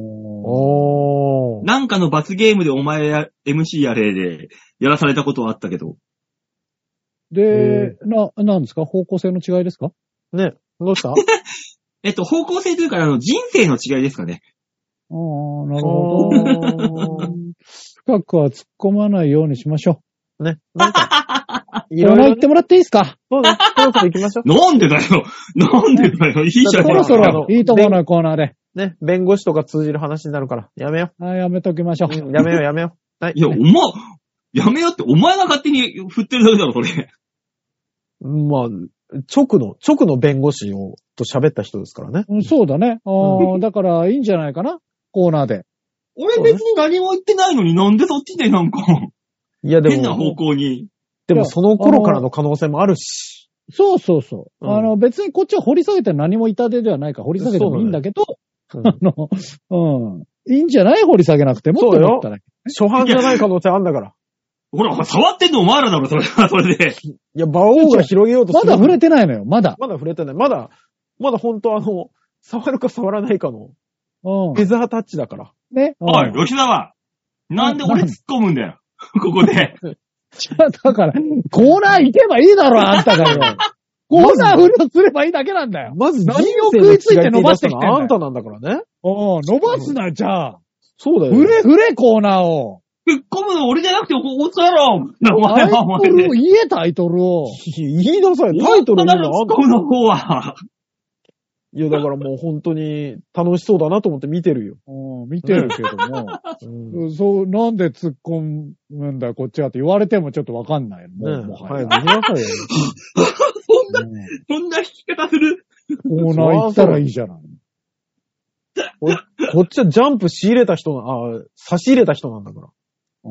[SPEAKER 3] おー。
[SPEAKER 2] なんかの罰ゲームでお前や エムシー やれでやらされたことはあったけど。
[SPEAKER 4] で、な、なんですか？方向性の違いですか？
[SPEAKER 3] ね、どうした
[SPEAKER 2] えっと、方向性というか、あの、人生の違いですかね。
[SPEAKER 4] ああ、なるほど。深くは突っ込まないようにしましょ
[SPEAKER 3] う。ね。なんか、
[SPEAKER 4] いろいろ言ってもらっていいですか？
[SPEAKER 3] そうだ、そろそろ行きましょう。
[SPEAKER 2] なんでだよ。なんでだよ。いいじゃん。
[SPEAKER 4] そろそろいいと思うのコーナーで。
[SPEAKER 3] ね、弁護士とか通じる話になるから、やめよ
[SPEAKER 4] う。はい、やめときましょう。
[SPEAKER 3] うん、やめよう、やめよう。はい。
[SPEAKER 2] いや、お前、やめようって、お前が勝手に振ってるだけだろ、それ。
[SPEAKER 3] まあ、直の、直の弁護士を、と喋った人ですからね。
[SPEAKER 4] うん、そうだね。あだから、いいんじゃないかなコーナーで。
[SPEAKER 2] 俺別に何も言ってないのになんでそっちでなんか、
[SPEAKER 3] いやでも、
[SPEAKER 2] 変な方向に。
[SPEAKER 3] でもその頃からの可能性もあるし。
[SPEAKER 4] そうそうそう。
[SPEAKER 3] うん、
[SPEAKER 4] あの、別にこっちは掘り下げて何も痛手ではないから掘り下げてもいいんだけど、うね、あの、うん。いいんじゃない掘り下げなくてもって思ったら。
[SPEAKER 3] 初犯じゃない可能性あるんだから。
[SPEAKER 2] ほら、触ってんのお前らだろ、それは、それで。
[SPEAKER 3] いや、馬王が広げようとする。
[SPEAKER 4] まだ触れてないのよ、まだ。
[SPEAKER 3] まだ触れてない。まだ、まだ本当あの、触るか触らないかの、
[SPEAKER 4] うん。
[SPEAKER 3] フェザータッチだから。
[SPEAKER 4] ね。
[SPEAKER 2] おい、吉沢。なんで俺突っ込むんだよ。ここで。
[SPEAKER 4] だから、コーナー行けばいいだろ、あんたがよ。コーナー振りをすればいいだけなんだよ。
[SPEAKER 3] まず、
[SPEAKER 4] 何を食いついて伸ばしてきてんだよ。
[SPEAKER 3] あんたなんだからね。
[SPEAKER 4] お伸ばすなよ、じゃあ。
[SPEAKER 3] そうだよ。
[SPEAKER 4] 振れ振れ、コーナーを。
[SPEAKER 2] 突っ込むの俺じゃなくて、おつだろ。
[SPEAKER 4] タイトルを言え、タイトルを。
[SPEAKER 3] 言いなさい、タイトル言うの。
[SPEAKER 2] 突っ込むの方は。
[SPEAKER 3] いや、だからもう本当に楽しそうだなと思って見てるよ。
[SPEAKER 4] うん、見てるけども。うん、そう、なんで突っ込むんだよ、こっちはって言われてもちょっとわかんない。もう、
[SPEAKER 3] ね、
[SPEAKER 4] もは
[SPEAKER 3] や。はい、見なさいよ。
[SPEAKER 2] そんな、そんな引き方する。
[SPEAKER 4] コーナー行ったらいいじゃない。
[SPEAKER 3] こ, こっちはジャンプ仕入れた人な、あ、差し入れた人なんだから。
[SPEAKER 4] うん。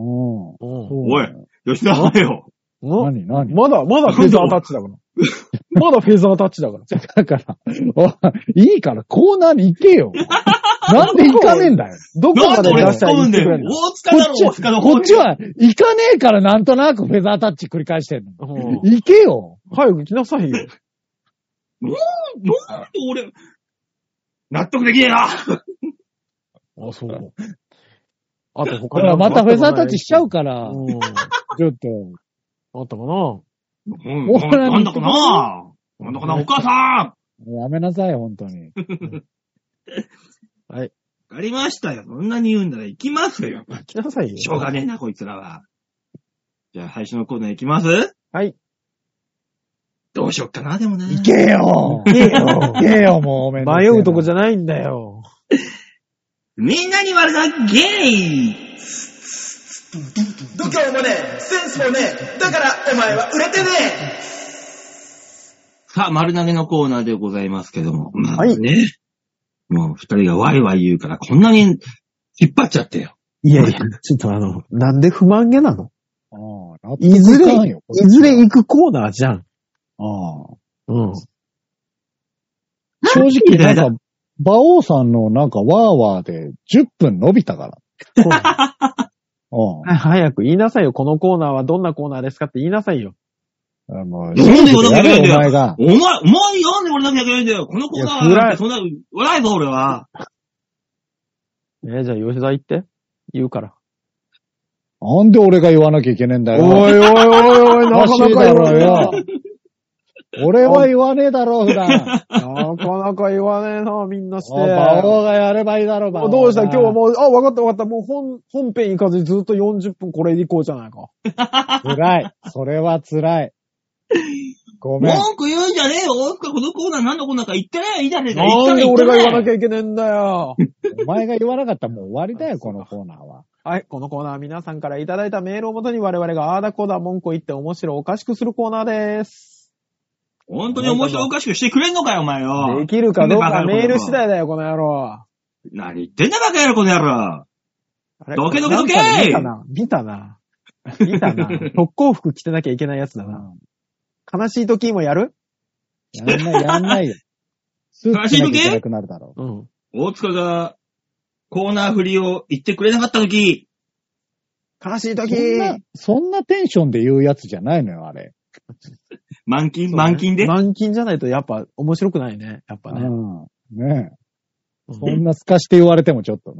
[SPEAKER 2] おい、吉田さんよ。
[SPEAKER 4] 何何
[SPEAKER 3] まだ、まだフェザータッチだから。まだフェザータッチだから。
[SPEAKER 4] だから、いいからコーナーに行けよ。なんで行かねえんだよ。
[SPEAKER 3] どこまで出したらいいんだよ。
[SPEAKER 2] 大塚だろ、大塚の方
[SPEAKER 4] こっちは行かねえからなんとなくフェザータッチ繰り返してんの。うん、行けよ。
[SPEAKER 3] 早く来なさいよ。
[SPEAKER 2] なんで俺、納得できねえな。あ、
[SPEAKER 3] そう。あと他
[SPEAKER 4] に。またフェザータッチしちゃうから。うん、ちょっと。
[SPEAKER 3] あったかな
[SPEAKER 2] うん、なんだかななんだかなお母さ
[SPEAKER 4] んやめなさい、本当に。
[SPEAKER 3] はい。
[SPEAKER 2] わかりましたよ。そんなに言うんだら行きますよ。
[SPEAKER 3] 行きなさいよ。
[SPEAKER 2] しょうがねえな、こいつらは。じゃあ、最初のコーナー行きます？
[SPEAKER 3] はい。
[SPEAKER 2] どうしよっかな、でもね。
[SPEAKER 4] 行けよ行けよ行けよ、もうめんどくせえな。
[SPEAKER 3] 迷うとこじゃないんだよ。
[SPEAKER 2] みんなに言われたゲイ
[SPEAKER 1] 度胸もねえ、センスもねえ、だからお前は売れてねえ。
[SPEAKER 2] さあ、丸投げのコーナーでございますけども。まあ、
[SPEAKER 3] はい。
[SPEAKER 2] ね。もう二人がワイワイ言うから、こんなに引っ張っちゃってよ。
[SPEAKER 3] いやいや、ちょっとあの、なんで不満げなの？
[SPEAKER 4] あ
[SPEAKER 3] あ、いずれ、いずれ行くコーナーじゃん。
[SPEAKER 4] ああ。
[SPEAKER 3] うん。
[SPEAKER 4] 正直なんか、馬王さんのなんかワーワーでじゅっぷん伸びたから。
[SPEAKER 3] うん、早く言いなさいよ。このコーナーはどんなコーナーですかって言いなさいよ。
[SPEAKER 4] あもう
[SPEAKER 2] なんで言わなきゃいけないんだよ。お前
[SPEAKER 4] が。
[SPEAKER 2] お前、お前なんで言わなきゃいけないんだよ。このコーナーは、そんな、言わないぞ、俺は。
[SPEAKER 3] えー、じゃあ吉沢言って。言うから。
[SPEAKER 4] なんで俺が言わなきゃいけないんだよ。
[SPEAKER 3] おいおいおいおい、なかなか言わねえよ。
[SPEAKER 4] 俺は言わねえだろ、普段。
[SPEAKER 3] なかなか言わねえな、みんなして。
[SPEAKER 4] 馬王がやればいいだろ、馬王。
[SPEAKER 3] どうした今日はもう、あ、わかったわかった。もう本、本編行かずにずっとよんじゅっぷんこれで行こうじゃないか。
[SPEAKER 4] 辛い。それは辛い。ごめん。
[SPEAKER 2] 文句言うんじゃねえよ。このコーナー何のコーナーか言ってないいいじゃねえか。
[SPEAKER 3] なんで俺が言わなきゃいけねえんだよ。
[SPEAKER 4] お前が言わなかったらもう終わりだよ、このコーナーは。
[SPEAKER 3] はい。このコーナーは皆さんからいただいたメールをもとに我々があーだこーだ文句を言って面白おかしくするコーナーです。
[SPEAKER 2] 本当に面白おかしくしてくれんのかよ、お前よ。
[SPEAKER 3] できるかどうかメール次第だよ、この野郎。
[SPEAKER 2] 何言ってんだバカ野郎、この野郎。どけどけどけ
[SPEAKER 3] 見たな。見たな。見たな。特攻服着てなきゃいけないやつだな。悲しい時もやる？
[SPEAKER 4] やんない、やんないよ。スーツ着なきゃいけなくなるだろう。
[SPEAKER 3] うん。
[SPEAKER 2] 大塚がコーナー振りを言ってくれなかった時。
[SPEAKER 3] 悲しい時。
[SPEAKER 4] そんな、そんなテンションで言うやつじゃないのよ、あれ。
[SPEAKER 2] 満勤、ね、満勤で
[SPEAKER 3] 満勤じゃないとやっぱ面白くないね。やっぱね。
[SPEAKER 4] うん。ねえ。そんな透かして言われてもちょっとね。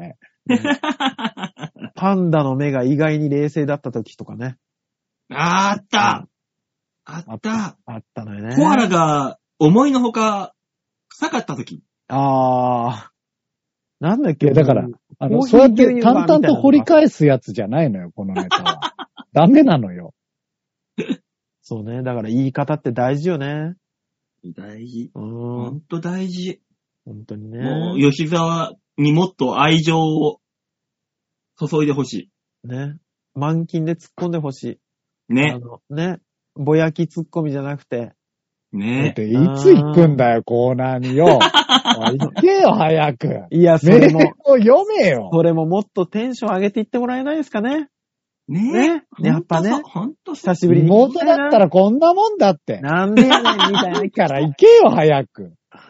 [SPEAKER 3] パンダの目が意外に冷静だった時とかね。
[SPEAKER 2] あーあった。あった。
[SPEAKER 3] あったのよね。
[SPEAKER 2] コアラが思いのほか臭かった時。
[SPEAKER 3] あー。なんだっけ。
[SPEAKER 4] だから、あの、そうやって淡々と掘り返すやつじゃないのよ、このネタは。ダメなのよ。
[SPEAKER 3] そうね。だから言い方って大事よね。
[SPEAKER 2] 大事。
[SPEAKER 3] うん。
[SPEAKER 2] ほんと大事。
[SPEAKER 3] 本当にね。
[SPEAKER 2] もう、吉沢にもっと愛情を注いでほし
[SPEAKER 3] い。ね。満勤で突っ込んでほし
[SPEAKER 2] い。ね。
[SPEAKER 3] あの、ね。ぼやき突っ込みじゃなくて。
[SPEAKER 2] ね。
[SPEAKER 4] だって、いつ行くんだよ、コーナーによ。行けよ、早く。
[SPEAKER 3] いや、それも。
[SPEAKER 4] メールを読めよ。
[SPEAKER 3] それももっとテンション上げていってもらえないですかね。
[SPEAKER 2] ね
[SPEAKER 3] え。やっぱね。
[SPEAKER 2] ほんと
[SPEAKER 3] 久しぶりに。
[SPEAKER 4] 妹だったらこんなもんだって。
[SPEAKER 3] なんでやねん、みたいな。
[SPEAKER 4] だから行けよ、早く。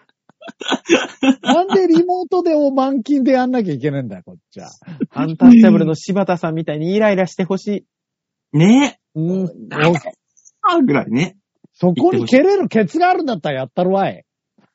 [SPEAKER 4] なんでリモートでお満勤でやんなきゃいけないんだよ、こっちは。
[SPEAKER 3] アンタッチャブルの柴田さんみたいにイライラしてほし
[SPEAKER 2] い。ね
[SPEAKER 3] え。うん。
[SPEAKER 2] あぐらいね。
[SPEAKER 4] そこに蹴れるケツがあるんだったらやったるわい。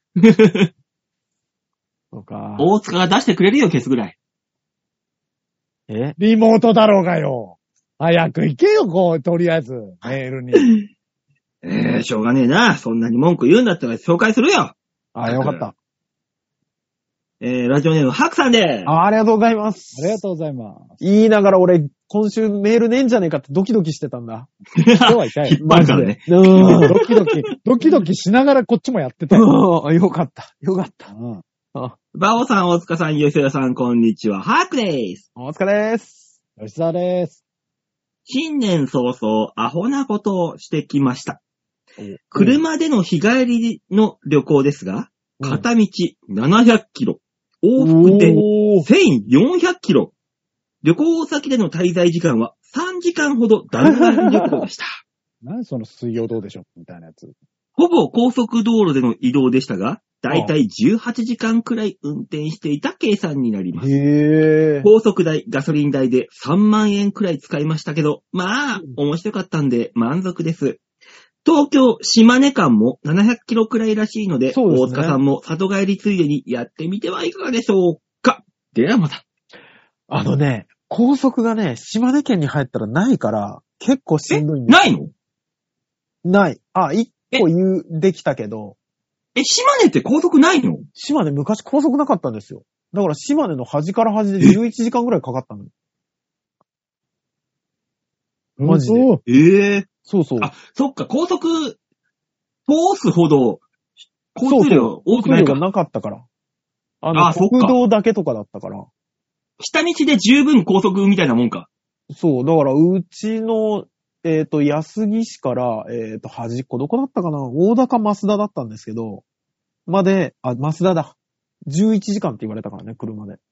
[SPEAKER 3] そうか。
[SPEAKER 2] 大塚が出してくれるよ、ケツぐらい。
[SPEAKER 3] え？
[SPEAKER 4] リモートだろうがよ。早く行けよ、こう、とりあえず、メールに。
[SPEAKER 2] えー、しょうがねえな。そんなに文句言うんだったら紹介するよ。
[SPEAKER 3] あ、よかった。
[SPEAKER 2] えー、ラジオネーム、ハクさんで。
[SPEAKER 3] あ、ありがとうございます。
[SPEAKER 4] ありがとうございます。
[SPEAKER 3] 言いながら俺、今週メールねえんじゃねえかってドキドキしてたんだ。
[SPEAKER 4] 今日は痛い。
[SPEAKER 2] マジで。ね、
[SPEAKER 4] うん。ドキドキ、ドキドキしながらこっちもやってた
[SPEAKER 3] よ。うん、よかった。よかった。うん。
[SPEAKER 2] バオさん、大塚さん、吉田さん、こんにちは。ハクです。
[SPEAKER 3] 大塚です。
[SPEAKER 4] 吉田です。
[SPEAKER 2] 新年早々、アホなことをしてきました。車での日帰りの旅行ですが、うん、片道ななひゃくキロ、往復でせんよんひゃくキロ。旅行先での滞在時間はさんじかんほど弾丸旅行でした。
[SPEAKER 4] 何その水曜どうでしょみたいなやつ。
[SPEAKER 2] ほぼ高速道路での移動でしたが、だいたいじゅうはちじかんくらい運転していた計算になります。
[SPEAKER 3] へー。
[SPEAKER 2] 高速代、ガソリン代でさんまんえんくらい使いましたけど、まあ、面白かったんで満足です。東京、島根間もななひゃくキロくらいらしいので、でね、大塚さんも里帰りついでにやってみてはいかがでしょうか。ではまた。
[SPEAKER 3] あのね、高速がね、島根県に入ったらないから、結構しんどいんです
[SPEAKER 2] よ。ないの？
[SPEAKER 3] ない。あ、一個言う、できたけど。
[SPEAKER 2] え、島根って高速ないの？
[SPEAKER 3] 島根昔高速なかったんですよ。だから島根の端から端でじゅういちじかんくらいかかったの。マジで。
[SPEAKER 2] ええー。
[SPEAKER 3] そうそう。
[SPEAKER 2] あ、そっか、高速、通すほど、交通量多くないか。
[SPEAKER 3] 交通量がなかったから。あの、あ国道だけとかだったから。
[SPEAKER 2] 下道で十分高速みたいなもんか。
[SPEAKER 3] そう、だから、うちの、えっと、安木市から、えっと、端っこ、どこだったかな？大高増田だったんですけど、まで、あ、増田だ。じゅういちじかんって言われたからね、車で。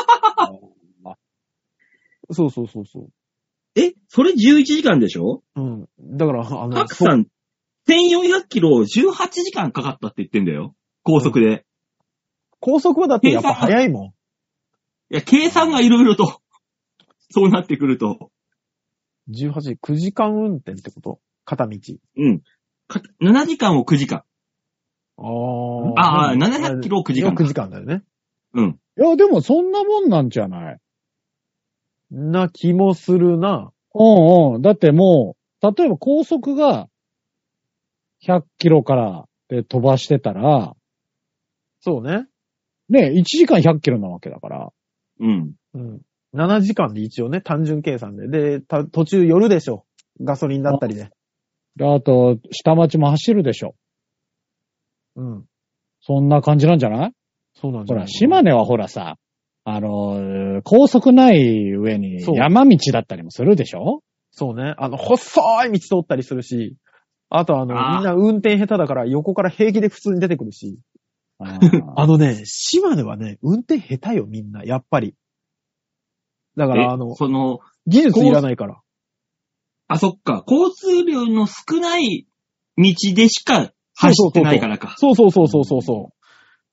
[SPEAKER 3] そうそうそうそう。
[SPEAKER 2] え、それじゅういちじかんでしょ？
[SPEAKER 3] うん。だから、あの、
[SPEAKER 2] ハクさん、せんよんひゃくキロじゅうはちじかんかかったって言ってんだよ。高速で。うん、
[SPEAKER 3] 高速はだってやっぱ早いもん。い
[SPEAKER 2] や、計算がいろいろと、そうなってくると。
[SPEAKER 3] じゅうはち、くじかん運転ってこと？片道。
[SPEAKER 2] うん。ななじかんをくじかん。
[SPEAKER 3] あー。
[SPEAKER 2] ああ、ななひゃくキロをくじかん。
[SPEAKER 3] くじかんだよね。
[SPEAKER 2] うん。
[SPEAKER 4] いや、でもそんなもんなんじゃない？
[SPEAKER 3] な気もするな。
[SPEAKER 4] うんうん。だってもう、例えば高速がひゃくキロからで飛ばしてたら、
[SPEAKER 3] そうね。
[SPEAKER 4] ね、いちじかんひゃくキロなわけだから。
[SPEAKER 2] うん。
[SPEAKER 3] うん。ななじかんで一応ね、単純計算で。で、た途中寄るでしょ。ガソリンだったりで。
[SPEAKER 4] で、あと、下町も走るでしょ。
[SPEAKER 3] うん。
[SPEAKER 4] そんな感じなんじゃない？
[SPEAKER 3] そうなんじゃない？
[SPEAKER 4] ほら、島根はほらさ、あの、高速ない上に山道だったりもするでしょ？
[SPEAKER 3] そうね。あの、細い道通ったりするし、あとあの、あみんな運転下手だから横から平気で普通に出てくるし。あ, あのね、島根はね、運転下手よみんな、やっぱり。だからあの、
[SPEAKER 2] その、
[SPEAKER 3] 技術いらないから。
[SPEAKER 2] あ、そっか。交通量の少ない道でしか走ってないからか。
[SPEAKER 3] そうそうそうそうそうそう。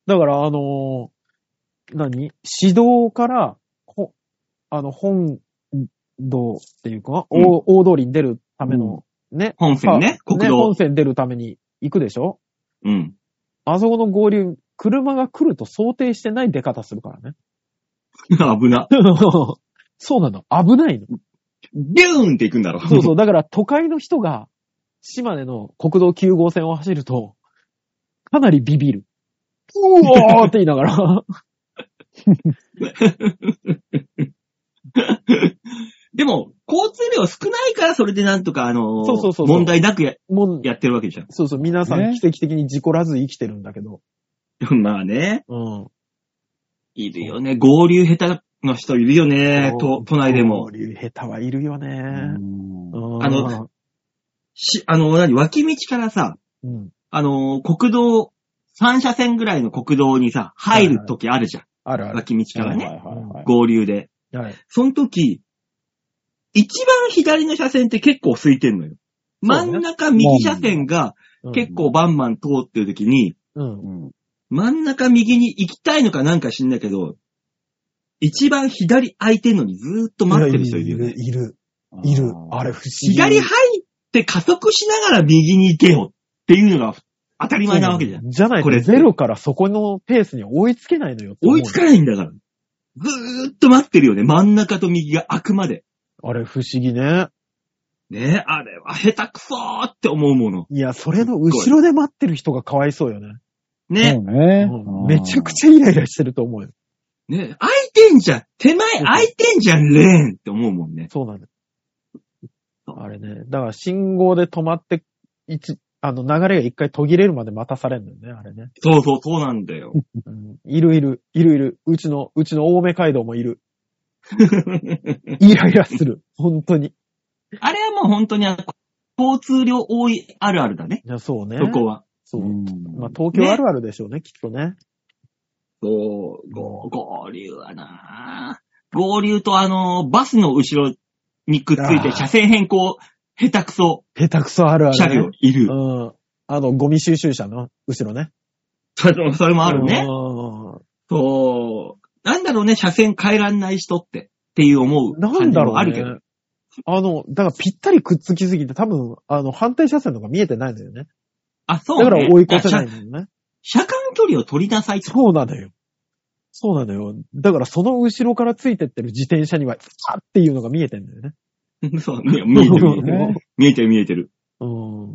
[SPEAKER 3] だからあのー、何？市道から、ほ、あの、本道っていうか、うん、大, 大通りに出るための、ね。
[SPEAKER 2] 本線ね。国道。
[SPEAKER 3] ね、本線出るために行くでしょ？
[SPEAKER 2] うん。
[SPEAKER 3] あそこの合流、車が来ると想定してない出方するからね。
[SPEAKER 2] 危な。
[SPEAKER 3] そうなの。危ないの。
[SPEAKER 2] ビューンって行くんだろ。
[SPEAKER 3] そうそう。だから都会の人が島根の国道きゅう号線を走ると、かなりビビる。うおーって言いながら。
[SPEAKER 2] でも、交通量少ないからそれでなんとか、あのー、
[SPEAKER 3] そうそうそうそう
[SPEAKER 2] 問題なくや
[SPEAKER 3] も
[SPEAKER 2] やってるわけじゃん。
[SPEAKER 3] そうそう。皆さん
[SPEAKER 4] ね
[SPEAKER 3] 奇跡的に事故らず生きてるんだけど。
[SPEAKER 2] まあね。
[SPEAKER 3] うん。
[SPEAKER 2] いるよね。合流下手の人いるよね。と都内でも。
[SPEAKER 3] 合流下手はいるよね。うん
[SPEAKER 2] あの、し、あの、何、脇道からさ、
[SPEAKER 3] うん、
[SPEAKER 2] あの、国道、さん車線ぐらいの国道にさ、入るときあるじゃん。
[SPEAKER 3] あるある。
[SPEAKER 2] 脇道からね。
[SPEAKER 4] はいはいはい、
[SPEAKER 2] 合流で。
[SPEAKER 3] はい。
[SPEAKER 2] その時、一番左の車線って結構空いてんのよ。真ん中右車線が結構バンバン通ってる時に、
[SPEAKER 3] うんうん、
[SPEAKER 2] 真ん中右に行きたいのかなんか知んないけど、一番左空いてんのにずーっと待ってる人いるよね。
[SPEAKER 3] いる、いる。いる。あれ不思議。
[SPEAKER 2] 左入って加速しながら右に行けよっていうのが当たり前なわけじゃん。
[SPEAKER 3] じゃないとゼロからそこのペースに追いつけないのよ。
[SPEAKER 2] 追いつかないんだから。ずーっと待ってるよね。真ん中と右が開くまで。
[SPEAKER 3] あれ不思議ね。
[SPEAKER 2] ねえ、あれは下手くそーって思うもの。
[SPEAKER 3] いや、それの後ろで待ってる人がかわいそうよね。
[SPEAKER 2] ね。
[SPEAKER 4] そうね、
[SPEAKER 3] うん。めちゃくちゃイライラしてると思うよ。
[SPEAKER 2] ねえ、空いてんじゃん。手前空いてんじゃん、レーンって思うもんね。
[SPEAKER 3] そうなんだ。あれね。だから信号で止まって、一、あの流れが一回途切れるまで待たされるんだよね、あれね。
[SPEAKER 2] そうそう、そうなんだよ。
[SPEAKER 3] うん、いるいる、いるいる。うちの、うちの青梅街道もいる。イライラする。本当に。
[SPEAKER 2] あれはもう本当に交通量多いあるあるだね。
[SPEAKER 3] いや、そうね。
[SPEAKER 2] そこは。
[SPEAKER 3] そう。
[SPEAKER 4] うん、
[SPEAKER 3] まあ、東京あるあるでしょうね、ねきっとね。
[SPEAKER 2] そう、合流はなぁ。合流とあの、バスの後ろにくっついて車線変更、下手くそ。
[SPEAKER 3] 下手くそあるある、ね。
[SPEAKER 2] 車両いる。
[SPEAKER 3] うん。あの、ゴミ収集車の後ろね。
[SPEAKER 2] それも、それもあるね。そう。なんだろうね、車線変えらんない人って、っていう思う感じもあるけど。
[SPEAKER 3] ね、あの、だからぴったりくっつきすぎて多分、あの、反対車線とか見えてないんだよね。
[SPEAKER 2] あ、そうね。
[SPEAKER 3] だから追い越せないんだよね。
[SPEAKER 2] 車間距離を取りなさいと。
[SPEAKER 3] そうなのよ。そうなのよ。だからその後ろからついてってる自転車には、あっていうのが見えてんだよね。
[SPEAKER 2] そう、見えてる見えてる。見えてる見えてる。
[SPEAKER 3] うん。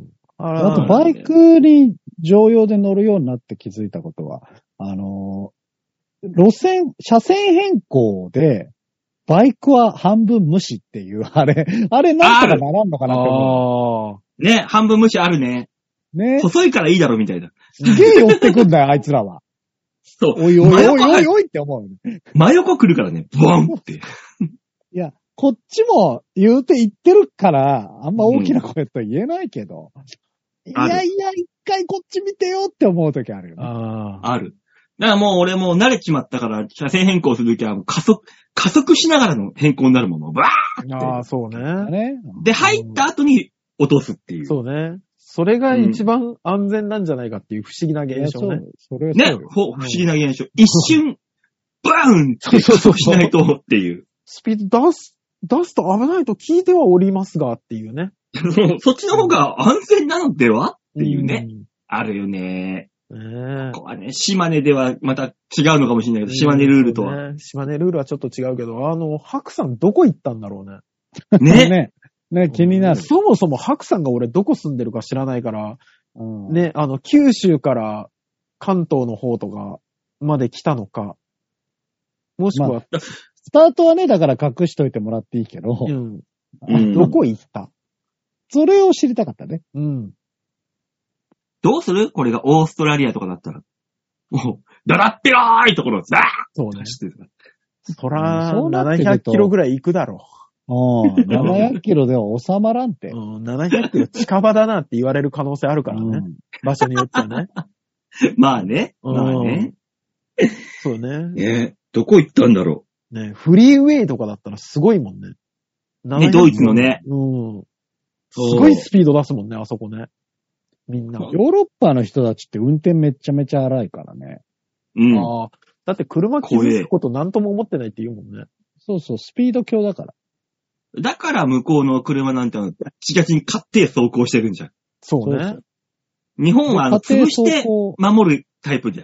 [SPEAKER 4] あとバイクに乗用で乗るようになって気づいたことは、あの、路線、車線変更で、バイクは半分無視っていう、あれ、あれなんとかならんのかなって思
[SPEAKER 2] う。ね、半分無視あるね。
[SPEAKER 4] ね。
[SPEAKER 2] 細いからいいだろみたいな。
[SPEAKER 4] すげえ寄ってくんだよ、あいつらは。
[SPEAKER 2] そう。
[SPEAKER 4] おいおいおいおいおいって思う、
[SPEAKER 2] ね。真横来るからね、ボンって。
[SPEAKER 4] いや、こっちも言うて言ってるから、あんま大きな声と言えないけど、うん、いやいや、一回こっち見てよって思うときあるよね。
[SPEAKER 2] ああ。ある。だからもう俺もう慣れちまったから、車線変更するときは加速、加速しながらの変更になるもの。バーって。
[SPEAKER 3] ああ、そうね。
[SPEAKER 2] で、入った後に落とすっていう。
[SPEAKER 3] そうね。それが一番安全なんじゃないかっていう不思議な現象ね。
[SPEAKER 4] それ
[SPEAKER 2] ね、不思議な現象。一瞬、バーンって加速しないとっていう。
[SPEAKER 3] スピード出す、出すと危ないと聞いてはおりますがっていうね。
[SPEAKER 2] そっちの方が安全なのではっていうね。うん、あるよね。
[SPEAKER 3] ね、
[SPEAKER 2] ここはね、島根ではまた違うのかもしれないけど、島根ルールとは。
[SPEAKER 3] ね、島根ルールはちょっと違うけど、あの、白さんどこ行ったんだろうね。
[SPEAKER 2] ね。
[SPEAKER 4] ね。ね、気になる。
[SPEAKER 3] そもそも白さんが俺どこ住んでるか知らないから、うん、ね、あの、九州から関東の方とかまで来たのか、もしくは、まあ、
[SPEAKER 4] スタートはね、だから隠しといてもらっていいけど、
[SPEAKER 3] うん、どこ行った？
[SPEAKER 4] それを知りたかったね。
[SPEAKER 3] うん。
[SPEAKER 2] どうする？これがオーストラリアとかだったら。もう、だらっぺらーいところです。
[SPEAKER 3] そうね。そら、ななひゃくキロぐらい行くだろ
[SPEAKER 4] う。うん。ななひゃくキロでは収まらんて。
[SPEAKER 3] うん。ななひゃくキロ近場だなって言われる可能性あるからね。うん、場所によってはね。
[SPEAKER 2] まあね。まあね。
[SPEAKER 3] そうね。
[SPEAKER 2] ねどこ行ったんだろ
[SPEAKER 3] う。ねフリーウェイとかだったらすごいもんね。
[SPEAKER 2] ね、ドイツのね。
[SPEAKER 3] うん。すごいスピード出すもんね、あそこね。みんな。
[SPEAKER 4] ヨーロッパの人たちって運転めっちゃめちゃ荒いからね。
[SPEAKER 2] うん。
[SPEAKER 3] ああ。だって車傷つくことなんとも思ってないって言うもんね。
[SPEAKER 4] そうそう、スピード強だから。
[SPEAKER 2] だから向こうの車なんてチガチに勝って走行してるんじゃん。
[SPEAKER 3] そうね。
[SPEAKER 2] そうそう日本はあの潰して守るタイプじゃん。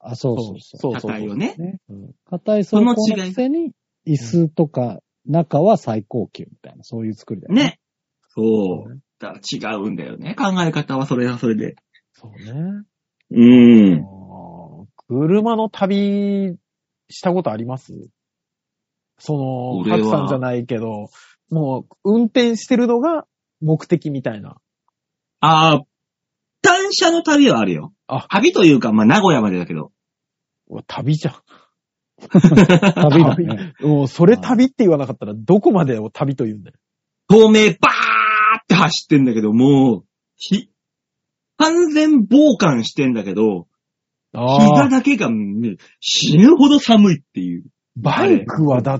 [SPEAKER 4] あ、そうそうそう。
[SPEAKER 2] 車体をね。
[SPEAKER 4] 硬い走行のくせに、椅子とか中は最高級みたいな、そういう作りだよね。
[SPEAKER 2] ね。そう。だから違うんだよね。考え方はそれはそれで。
[SPEAKER 3] そうね。
[SPEAKER 2] うーん。
[SPEAKER 3] 車の旅したことあります？その、ハツさんじゃないけど、もう運転してるのが目的みたいな。
[SPEAKER 2] ああ、単車の旅はあるよ。あ、旅というか、まあ、名古屋までだけど。
[SPEAKER 3] 旅じゃん。
[SPEAKER 4] 旅だね。
[SPEAKER 3] もう、それ旅って言わなかったら、どこまでを旅と言うんだよ。
[SPEAKER 2] 透明バーって走ってんだけど、もう、ひ、完全傍観してんだけど、膝だけが、ね、死ぬほど寒いっていう。
[SPEAKER 3] バイクはだって、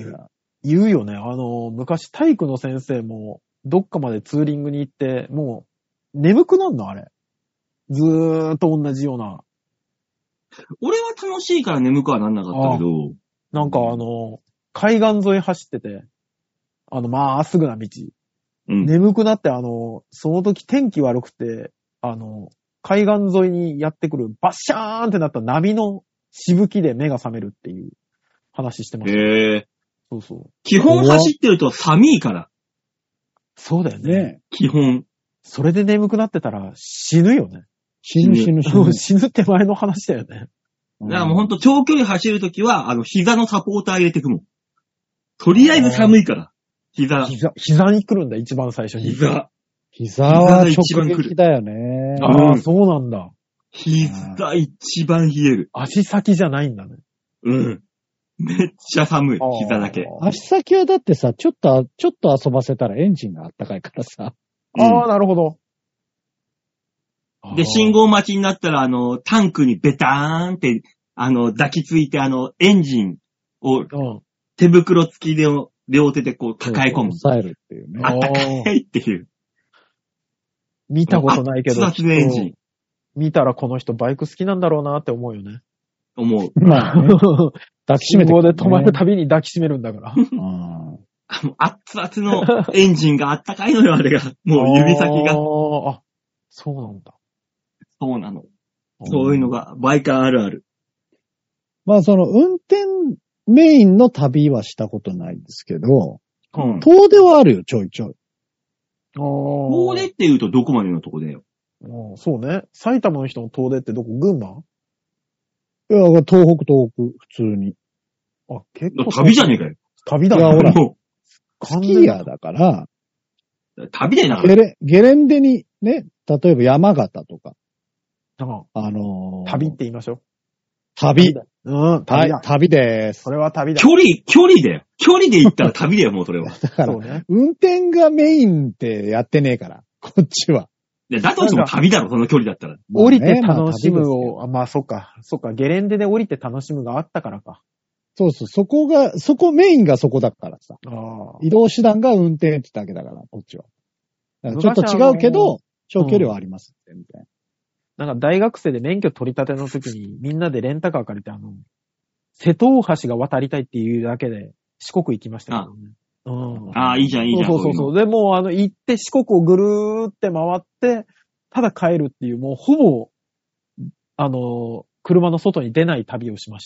[SPEAKER 3] 言うよね。あの、昔体育の先生も、どっかまでツーリングに行って、もう、眠くなんのあれ。ずーっと同じような。
[SPEAKER 2] 俺は楽しいから眠くはなんなかったけど。
[SPEAKER 3] なんかあの、海岸沿い走ってて、あの、まっすぐな道。うん、眠くなってあの、その時天気悪くて、あの、海岸沿いにやってくるバッシャーンってなった波のしぶきで目が覚めるっていう話してました。
[SPEAKER 2] へえ。
[SPEAKER 3] そうそう。
[SPEAKER 2] 基本走ってると寒いから。
[SPEAKER 3] そうだよね。
[SPEAKER 2] 基本。
[SPEAKER 3] それで眠くなってたら死ぬよね。
[SPEAKER 4] 死ぬ死ぬ死ぬ。
[SPEAKER 3] 死ぬって前の話だよね。
[SPEAKER 2] だからもうほんと長距離走るときは、あの、膝のサポーター入れてくもん。とりあえず寒いから。膝。
[SPEAKER 3] 膝、膝に来るんだ、一番最初に。
[SPEAKER 2] 膝。
[SPEAKER 4] 膝は直撃だよね。
[SPEAKER 3] ああ、そうなんだ。
[SPEAKER 2] 膝一番冷える。
[SPEAKER 3] 足先じゃないんだね。
[SPEAKER 2] うん。めっちゃ寒い、膝だけ。
[SPEAKER 4] 足先はだってさ、ちょっと、ちょっと遊ばせたらエンジンがあったかいからさ。
[SPEAKER 3] ああ、うん、なるほど。
[SPEAKER 2] で、信号待ちになったら、あの、タンクにベターンって、あの、抱きついて、あの、エンジンを、手袋付きで、両手でこう抱え込む。
[SPEAKER 4] 抑えるっていうね。
[SPEAKER 2] あったかいっていう。
[SPEAKER 3] 見たことないけど。
[SPEAKER 2] 熱々のエンジン。
[SPEAKER 3] 見たらこの人バイク好きなんだろうなって思うよね。
[SPEAKER 2] 思う。
[SPEAKER 3] まあ、ね、抱きしめて、ね。信号で止まるたびに抱きしめるんだから。
[SPEAKER 2] あの熱々のエンジンがあったかいのよ、あれが。もう指先が。
[SPEAKER 3] ああ、そうなんだ。
[SPEAKER 2] そうなの。そういうのが、バイカーあるある。
[SPEAKER 4] まあ、その、運転メインの旅はしたことないんですけど、うん、遠出はあるよ、ちょいちょい。
[SPEAKER 2] 遠出って言うとどこまでのとこだよ。
[SPEAKER 3] そうね。埼玉の人の遠出ってどこ？群馬？
[SPEAKER 4] いや、東北、東北、普通に。
[SPEAKER 3] あ、結構。
[SPEAKER 2] 旅じゃねえかよ。
[SPEAKER 3] 旅だね。
[SPEAKER 4] いや、ほら、スキーヤーだから、
[SPEAKER 2] 旅だよな。
[SPEAKER 4] ゲレ、ゲレンデにね、例えば山形とか。
[SPEAKER 3] あの
[SPEAKER 4] あのー、
[SPEAKER 3] 旅って言いましょう。
[SPEAKER 4] 旅。
[SPEAKER 3] うん、旅だ。
[SPEAKER 4] はい、旅でーす。
[SPEAKER 3] それは旅だ。
[SPEAKER 2] 距離、距離だよ。距離で行ったら旅だよ、もうそれは。
[SPEAKER 4] だから、ね、運転がメインってやってねえから、こっちは。
[SPEAKER 2] いや、だとしても旅だろ、その距離だったら。
[SPEAKER 3] 降りて楽しむを、まあ、まあ、そっか、そっか、ゲレンデで降りて楽しむがあったからか。
[SPEAKER 4] そうそう、そこが、そこメインがそこだからさ。あ移動手段が運転ってだけだから、こっちは。ちょっと違うけど、長距離はありますって、みたいな。
[SPEAKER 3] なんか大学生で免許取り立ての時にみんなでレンタカー借りてあの、瀬戸大橋が渡りたいっていうだけで四国行きましたけどね。
[SPEAKER 2] あ、うん、あ、いいじゃん、いいじゃん。
[SPEAKER 3] そうそうそう。で、もうあの、行って四国をぐるーって回って、ただ帰るっていう、もうほぼ、あの、車の外に出ない旅をしまして。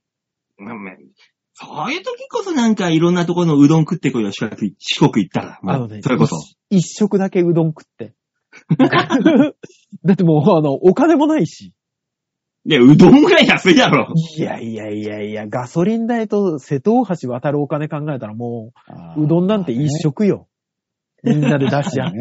[SPEAKER 2] そういう時こそなんかいろんなところのうどん食ってこいよ、四国行ったら。あのね、それこそ。
[SPEAKER 3] 一食だけうどん食って。だってもう、あの、お金もないし。
[SPEAKER 2] いや、うどんぐらい安いだろ。
[SPEAKER 3] いやいやいやいや、ガソリン代と瀬戸大橋渡るお金考えたらもう、うどんなんて一食よ。みんなで出し合って。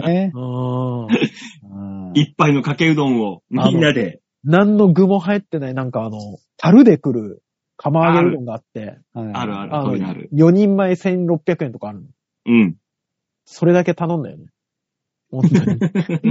[SPEAKER 2] 一杯のかけうどんをみんなで。
[SPEAKER 3] 何の具も入ってない、なんかあの、樽で来る釜揚げうどんがあって。
[SPEAKER 2] あるある、ある、ある。ある
[SPEAKER 3] よにんまえせんろっぴゃくえんとかあるの。
[SPEAKER 2] うん。
[SPEAKER 3] それだけ頼んだよね。本当に。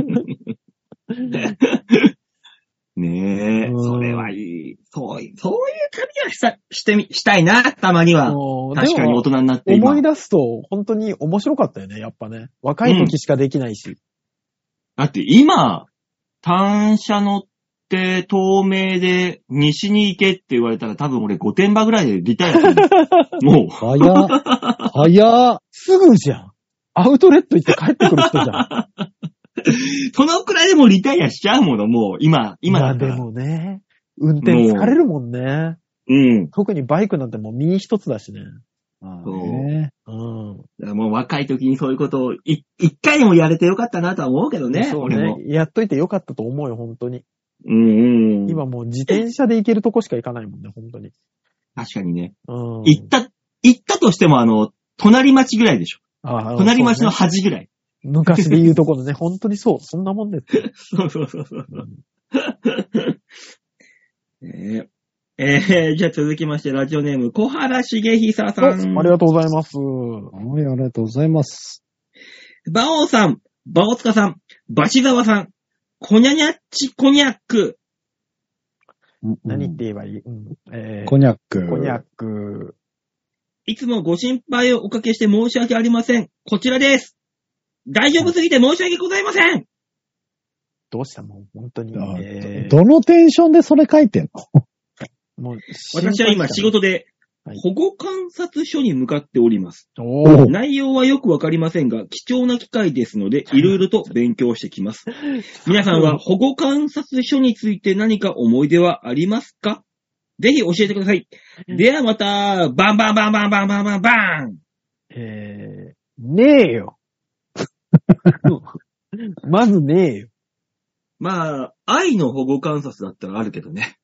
[SPEAKER 2] ねえ、それはいい。そういう、そういう旅はした、してみ、したいな、たまには。確かに大人になって
[SPEAKER 3] 今思い出すと、本当に面白かったよね、やっぱね。若い時しかできないし。うん、
[SPEAKER 2] だって今、単車乗って透明で西に行けって言われたら多分俺御殿場ぐらいでリタイアする。もう。
[SPEAKER 4] 早っ。早っ。
[SPEAKER 3] すぐじゃん。アウトレット行って帰ってくる人じゃん。
[SPEAKER 2] そのくらいでもリタイアしちゃうもの、もう、今、今だったら。
[SPEAKER 3] まあでもね、 運転疲れるもんね。
[SPEAKER 2] うん。
[SPEAKER 3] 特にバイクなんてもう身一つだしね。
[SPEAKER 4] あね
[SPEAKER 3] うん。
[SPEAKER 2] だからもう若い時にそういうことをい一回でもやれてよかったなとは思うけどね。
[SPEAKER 3] そうね。
[SPEAKER 2] 俺も
[SPEAKER 3] やっといてよかったと思うよ、本当に。
[SPEAKER 2] うんうん。
[SPEAKER 3] 今もう自転車で行けるとこしか行かないもんね、本当に。
[SPEAKER 2] 確かにね。
[SPEAKER 3] うん。
[SPEAKER 2] 行った、行ったとしてもあの、隣町ぐらいでしょ。
[SPEAKER 3] ああ
[SPEAKER 2] 隣町の端ぐらい。
[SPEAKER 3] 昔で言うところね、本当にそう。そんなもんですよ。
[SPEAKER 2] そうそうそうそう。えーえー、じゃあ続きまして、ラジオネーム、小原茂久さん。
[SPEAKER 3] ありがとうございます。
[SPEAKER 4] はい、ありがとうございます。
[SPEAKER 2] バオさん、バオツカさん、バシザワさん、コニャニャッチコニャック。
[SPEAKER 3] 何って言えばいい、うんえー、
[SPEAKER 4] コニャック。
[SPEAKER 3] コニャック。
[SPEAKER 2] いつもご心配をおかけして申し訳ありません。こちらです。大丈夫すぎて申し訳ございません。
[SPEAKER 3] どうしたもん本当に、
[SPEAKER 4] えー。どのテンションでそれ書いてんの
[SPEAKER 2] もう私は今仕事で保護観察所に向かっております。
[SPEAKER 3] はい、
[SPEAKER 2] 内容はよくわかりませんが、貴重な機会ですので、いろいろと勉強してきます。皆さんは保護観察所について何か思い出はありますか？ぜひ教えてください。ではまた、バンバンバンバンバンバンバンバン。
[SPEAKER 3] えー、ねえよ。まずねえよ。
[SPEAKER 2] まあ、愛の保護観察だったらあるけどね。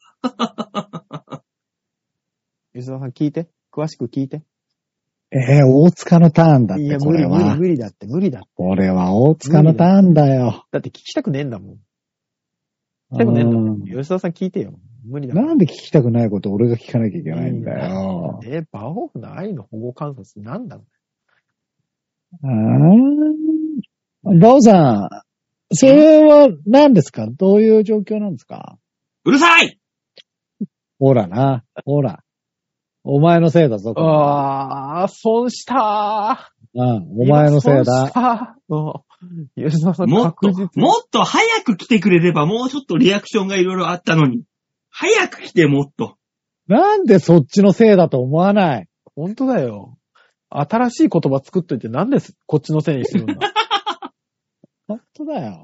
[SPEAKER 3] 吉田さん聞いて。詳しく聞いて。
[SPEAKER 4] えー、大塚のターンだって、
[SPEAKER 3] いや、
[SPEAKER 4] これは。
[SPEAKER 3] 無理無理無理だって、無理だって。
[SPEAKER 4] これは大塚のターンだよ。
[SPEAKER 3] だって聞きたくねえんだもん。聞きたくねえんだもん。吉田さん聞いてよ。無理だ。
[SPEAKER 4] なんで聞きたくないことを俺が聞かなきゃいけないんだよ。
[SPEAKER 3] えー、馬王の愛の保護観察ってなんだろ
[SPEAKER 4] うーん。馬王さん、それは何ですか？どういう状況なんですか？
[SPEAKER 2] うるさい！
[SPEAKER 4] ほらな、ほら。お前のせいだぞ。
[SPEAKER 3] ああ、損した
[SPEAKER 4] ー。うん、お前のせいだ。損した。
[SPEAKER 3] 吉田さん、
[SPEAKER 2] もっと、もっと早く来てくれればもうちょっとリアクションがいろいろあったのに。早く来て、もっと。
[SPEAKER 4] なんでそっちのせいだと思わない？
[SPEAKER 3] 本当だよ。新しい言葉作っといてなんでこっちのせいにするんだ。
[SPEAKER 4] 本当だよ。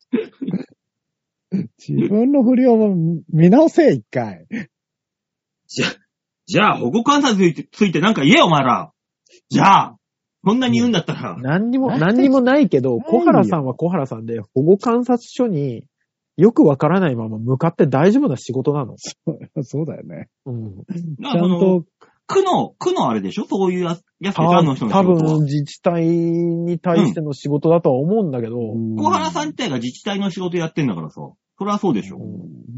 [SPEAKER 4] 自分の不良も見直せ、一回。
[SPEAKER 2] じゃ、じゃあ、保護観察についてなんか言えよ、お前ら。じゃあ、こんなに言うんだったら。
[SPEAKER 3] 何にも、何にもないけど、小原さんは小原さんで、保護観察所によくわからないまま向かって大丈夫な仕事なの？
[SPEAKER 4] そう、そうだよね。
[SPEAKER 3] うん。
[SPEAKER 2] ちゃんと、区の、区のあれでしょ？そういうやつでしょ？あの人の仕事は。
[SPEAKER 3] 多分、自治体に対しての仕事だとは思うんだけど。
[SPEAKER 2] うん、小原さん自体が自治体の仕事やってんだからさ。それはそうでしょ。うん、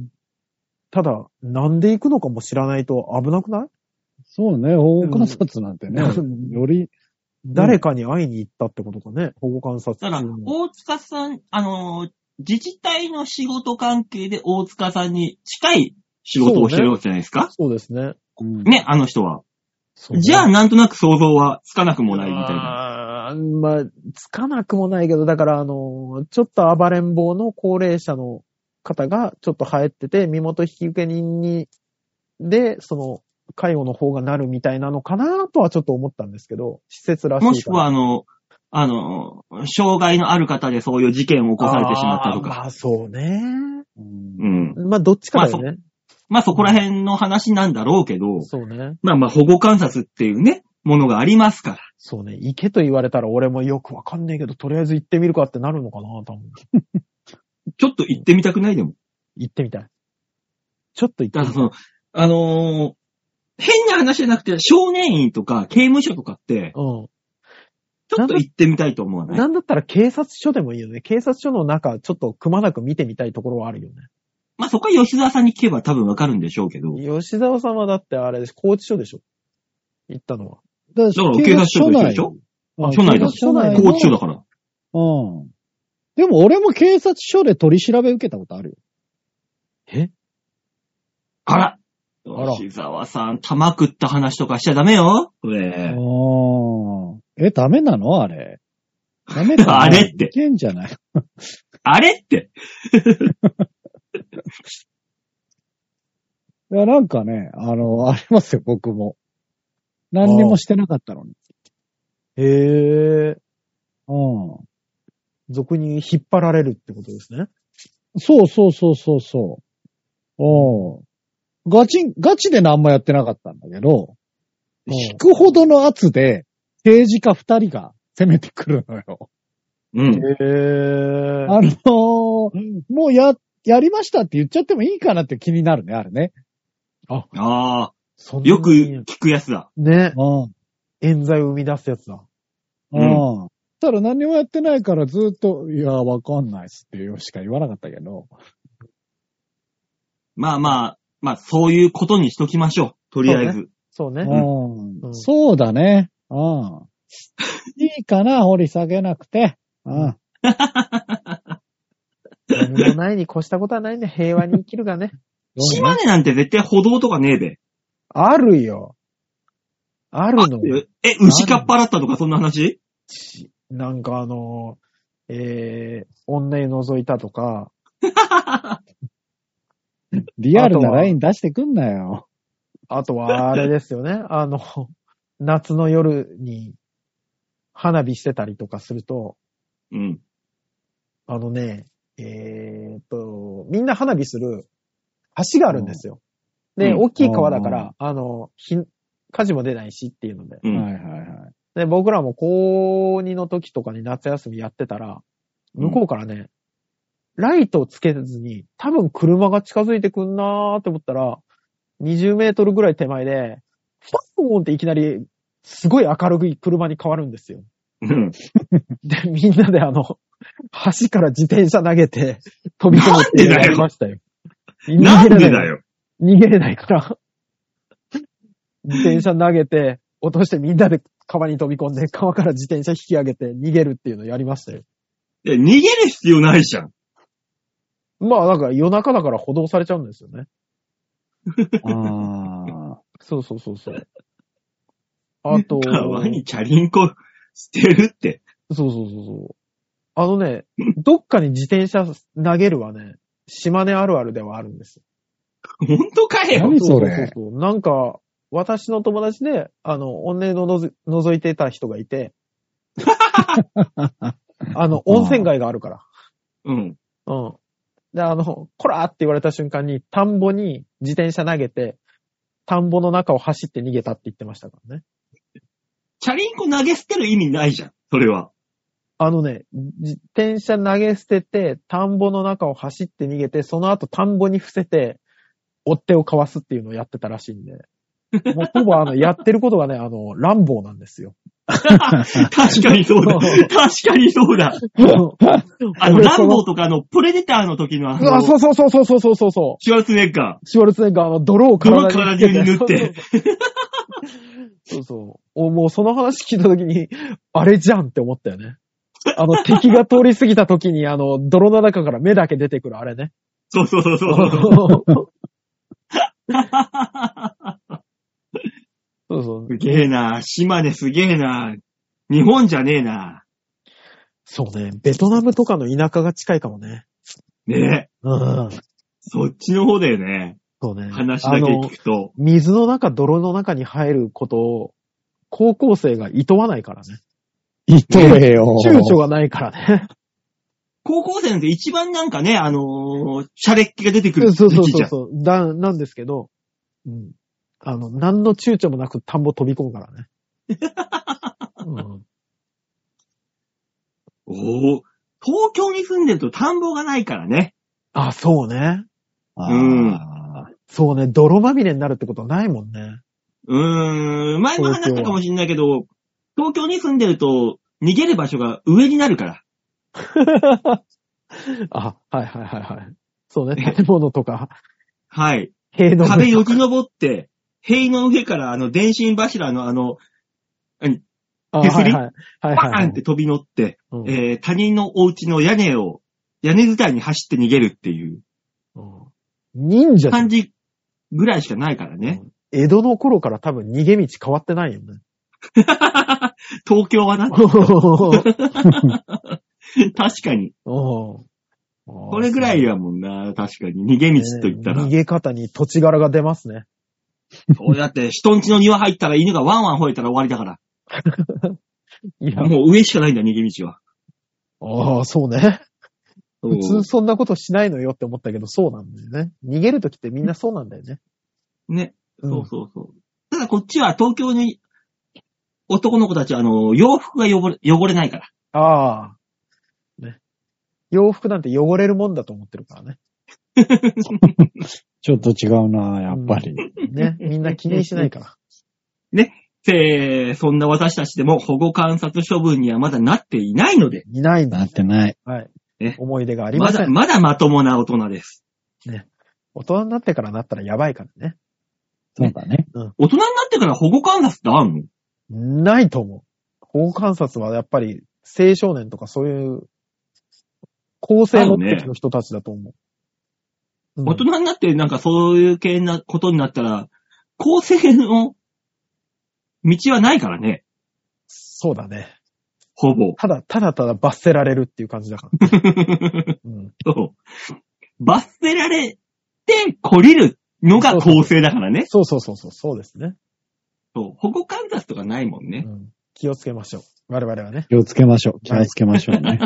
[SPEAKER 3] ただ、なんで行くのかも知らないと危なくない？
[SPEAKER 4] そうね、保護観察なんてね。うん、より、
[SPEAKER 3] 誰かに会いに行ったってことかね、保護観察。
[SPEAKER 2] だから、大塚さん、あのー、自治体の仕事関係で大塚さんに近い仕事をしてるわけじゃないですか？
[SPEAKER 3] そうですね。
[SPEAKER 2] うん、ね、あの人は。ね、じゃあ、なんとなく想像はつかなくもないみたい
[SPEAKER 3] な。あまあ、つかなくもないけど、だから、あの、ちょっと暴れん坊の高齢者の方がちょっと生えてて、身元引受人に、で、その、介護の方がなるみたいなのかなとはちょっと思ったんですけど、施設らしい。
[SPEAKER 2] もしくは、あの、あの、障害のある方でそういう事件を起こされてしまったとか。
[SPEAKER 3] まあ、そうね。
[SPEAKER 2] うん。
[SPEAKER 3] まあ、どっちかだよね。
[SPEAKER 2] まあ、まあ、そこら辺の話なんだろうけど。
[SPEAKER 3] そうね。
[SPEAKER 2] まあまあ、保護観察っていうね、ものがありますから。
[SPEAKER 3] そうね。行けと言われたら俺もよくわかんねえけど、とりあえず行ってみるかってなるのかな、多分。
[SPEAKER 2] ちょっと行ってみたくないでも。
[SPEAKER 3] 行ってみたい。ちょっと行ってみたい。
[SPEAKER 2] だからその、あのー、変な話じゃなくて、少年院とか刑務所とかって、うん。ちょっと行ってみたいと思わない？
[SPEAKER 3] なんだったら警察署でもいいよね。警察署の中、ちょっとくまなく見てみたいところはあるよね。
[SPEAKER 2] まあ、そこは吉沢さんに聞けば多分わかるんでしょうけど。
[SPEAKER 3] 吉沢さんはだってあれです。拘置所でしょ？行ったのは。
[SPEAKER 2] だから警察署と一緒でしょ？あ、署内だ。署内。拘置所だから。
[SPEAKER 4] うん。でも俺も警察署で取り調べ受けたことあるよ。
[SPEAKER 3] え？
[SPEAKER 2] あら。吉沢さん、玉食った話とかしちゃダメよ。これ。
[SPEAKER 4] え、ダメなのあれ。ダメだな。
[SPEAKER 2] あれって。
[SPEAKER 4] いけんじゃない？
[SPEAKER 2] あれって。
[SPEAKER 4] いや、なんかね、あの、ありますよ、僕も。何にもしてなかったのに。
[SPEAKER 3] へえ。
[SPEAKER 4] うん。
[SPEAKER 3] 俗に引っ張られるってことですね。
[SPEAKER 4] そうそうそうそうそう。 おうガチ、ガチで何もやってなかったんだけど、引くほどの圧で、刑事課二人が攻めてくるのよ。
[SPEAKER 2] うん。
[SPEAKER 3] へー。
[SPEAKER 4] あのー、もうや、やりましたって言っちゃってもいいかなって気になるね、あれね。
[SPEAKER 2] あああ。
[SPEAKER 3] そんなに
[SPEAKER 2] よく聞くやつだ。
[SPEAKER 3] ね。
[SPEAKER 4] うん。
[SPEAKER 3] 冤罪を生み出すやつだ。
[SPEAKER 4] うん。ただ何もやってないからずっと、いや、わかんないっすっていうしか言わなかったけど。
[SPEAKER 2] まあまあ、まあそういうことにしときましょう。とりあえず。
[SPEAKER 3] そうね。
[SPEAKER 4] う
[SPEAKER 3] うん
[SPEAKER 4] ん。そうだね。うん。いいかな、掘り下げなくて。うん。
[SPEAKER 3] 何もないに越したことはないね。平和に生きるがね。
[SPEAKER 2] 島根なんて絶対歩道とかねえべ。
[SPEAKER 3] あるよ。あるの。
[SPEAKER 2] え、牛かっぱらったとかそんな話？
[SPEAKER 3] なんかあの、えー、女湯覗いたとか。
[SPEAKER 4] リアルなライン出してくんなよ。
[SPEAKER 3] あとは、あれですよね。あの、夏の夜に花火してたりとかすると、
[SPEAKER 2] うん。
[SPEAKER 3] あのね、えーっと、みんな花火する橋があるんですよ。で、
[SPEAKER 2] うん
[SPEAKER 3] 大きい川だから、あの、火、火事も出ないしっていうので。
[SPEAKER 2] うん、
[SPEAKER 4] はいはいはい。
[SPEAKER 3] で、僕らも高にの時とかに夏休みやってたら、向こうからね、うん、ライトをつけずに、多分車が近づいてくんなーって思ったら、にじゅうメートルぐらい手前で、ファーンっていきなり、すごい明るい車に変わるんですよ。
[SPEAKER 2] うん、
[SPEAKER 3] で、みんなであの、橋から自転車投げて、飛び込むってやりましたよ。
[SPEAKER 2] なんでだよ。
[SPEAKER 3] 逃げれないから。自転車投げて、落としてみんなで川に飛び込んで、川から自転車引き上げて逃げるっていうのをやりましたよ。
[SPEAKER 2] いや、逃げる必要ないじゃん。
[SPEAKER 3] まあ、なんか夜中だから補導されちゃうんですよね。
[SPEAKER 4] ああ。
[SPEAKER 3] そうそうそうそう。あと、
[SPEAKER 2] 川にチャリンコ捨てるって。
[SPEAKER 3] そうそうそうそう。あのね、どっかに自転車投げるはね、島根あるあるではあるんですよ。
[SPEAKER 2] 本当かよ。
[SPEAKER 4] 何それ。
[SPEAKER 3] そうそうそうそう。なんか、私の友達で、あの、女湯ののぞ覗いてた人がいて、あの、温泉街があるから。
[SPEAKER 2] うん。
[SPEAKER 3] うん。で、あの、こらーって言われた瞬間に、田んぼに自転車投げて、田んぼの中を走って逃げたって言ってましたからね。
[SPEAKER 2] チャリンコ投げ捨てる意味ないじゃん、それは。
[SPEAKER 3] あのね、自転車投げ捨てて、田んぼの中を走って逃げて、その後田んぼに伏せて、追っ手をかわすっていうのをやってたらしいんで。もうほぼあの、やってることがね、あの、乱暴なんですよ。
[SPEAKER 2] 確かにそうだ。確かにそうだ。あの、ランボーとかあの、プレデターの時のあの、
[SPEAKER 3] うわ、そうそうそうそうそうそうそう。
[SPEAKER 2] シュワルツェネッガー。
[SPEAKER 3] シュワルツェネッガーの泥を体に
[SPEAKER 2] 泥体に塗って。
[SPEAKER 3] そうそう。もうその話聞いた時に、あれじゃんって思ったよね。あの、敵が通り過ぎた時に、あの、泥の中から目だけ出てくるあれね。
[SPEAKER 2] そうそうそうそう。
[SPEAKER 3] そうそう。
[SPEAKER 2] すげえな。島根すげえな。日本じゃねえな。
[SPEAKER 3] そうね。ベトナムとかの田舎が近いかもね。
[SPEAKER 2] ねえ。
[SPEAKER 3] うん。
[SPEAKER 2] そっちの方だよね。
[SPEAKER 3] そうね。
[SPEAKER 2] 話だけ聞くと。
[SPEAKER 3] 水の中、泥の中に入ることを、高校生が厭わないからね。
[SPEAKER 4] いとえよ。
[SPEAKER 3] 躊躇がないからね。
[SPEAKER 2] 高校生なんて一番なんかね、あのー、シャレっ気が出てくる時じゃん。
[SPEAKER 3] そうそうそうそう。だ、なんですけど、うん。あの、何の躊躇もなく田んぼ飛び込むからね。うん、
[SPEAKER 2] おお、東京に住んでると田んぼがないからね。
[SPEAKER 3] あ、そうね。
[SPEAKER 2] うん。
[SPEAKER 3] そうね。泥まみれになるってことはないもんね。
[SPEAKER 2] うーん。前も話したかもしれないけど、東京に住んでると逃げる場所が上になるから。
[SPEAKER 3] あ、はいはいはいはい。そうね。建物とか。
[SPEAKER 2] はい。
[SPEAKER 3] 塀の上。
[SPEAKER 2] 壁よじ登って、塀の上からあの電信柱のあの、何手すり、はいはいはいはい、バーンって飛び乗って、うん、えー、他人のお家の屋根を、屋根伝いに走って逃げるっていう。
[SPEAKER 3] うん、忍者
[SPEAKER 2] 感じぐらいしかないからね。
[SPEAKER 3] うん、江戸の頃から多分逃げ道変わってないよね。
[SPEAKER 2] 東京はな。確かに。これぐらいやもんな、確かに。逃げ道と言ったら。
[SPEAKER 3] 逃げ方に土地柄が出ますね。
[SPEAKER 2] そうだって、人ん家の庭入ったら犬がワンワン吠えたら終わりだから。
[SPEAKER 3] いや
[SPEAKER 2] もう上しかないんだ、逃げ道は。
[SPEAKER 3] ああ、そうね。 普通そんなことしないのよって思ったけど、そうなんだよね。逃げるときってみんなそうなんだよね。
[SPEAKER 2] ね。そうそうそう。うん、ただこっちは東京に、男の子たちはあの、洋服が汚れ、汚れないから。
[SPEAKER 3] ああ。ね。洋服なんて汚れるもんだと思ってるからね。
[SPEAKER 4] ちょっと違うな、やっぱり、
[SPEAKER 3] うん。ね。みんな気にしないから。
[SPEAKER 2] ね。えー、そんな私たちでも保護観察処分にはまだなっていないので。
[SPEAKER 3] いないんだ。
[SPEAKER 4] なってない。
[SPEAKER 3] はい。ね。思い出がありません。
[SPEAKER 2] まだ、まだまともな大人です。
[SPEAKER 3] ね。大人になってからなったらやばいからね。
[SPEAKER 4] そうだね。
[SPEAKER 2] うん。大人になってから保護観察ってある
[SPEAKER 3] の？ないと思う。保護観察はやっぱり青少年とかそういう構成目的の人たちだと思う。
[SPEAKER 2] うん、大人になってなんかそういう系なことになったら、構成の道はないからね。
[SPEAKER 3] そうだね。
[SPEAKER 2] ほぼ。
[SPEAKER 3] ただ、ただただ罰せられるっていう感じだから、ね
[SPEAKER 2] うん。そう。罰せられて懲りるのが構成だからね。
[SPEAKER 3] そうそうそうそう、そうですね。
[SPEAKER 2] そう。保護観察とかないもんね。
[SPEAKER 3] うん、気をつけましょう。我々はね。
[SPEAKER 4] 気をつけましょう。気をつけましょうね。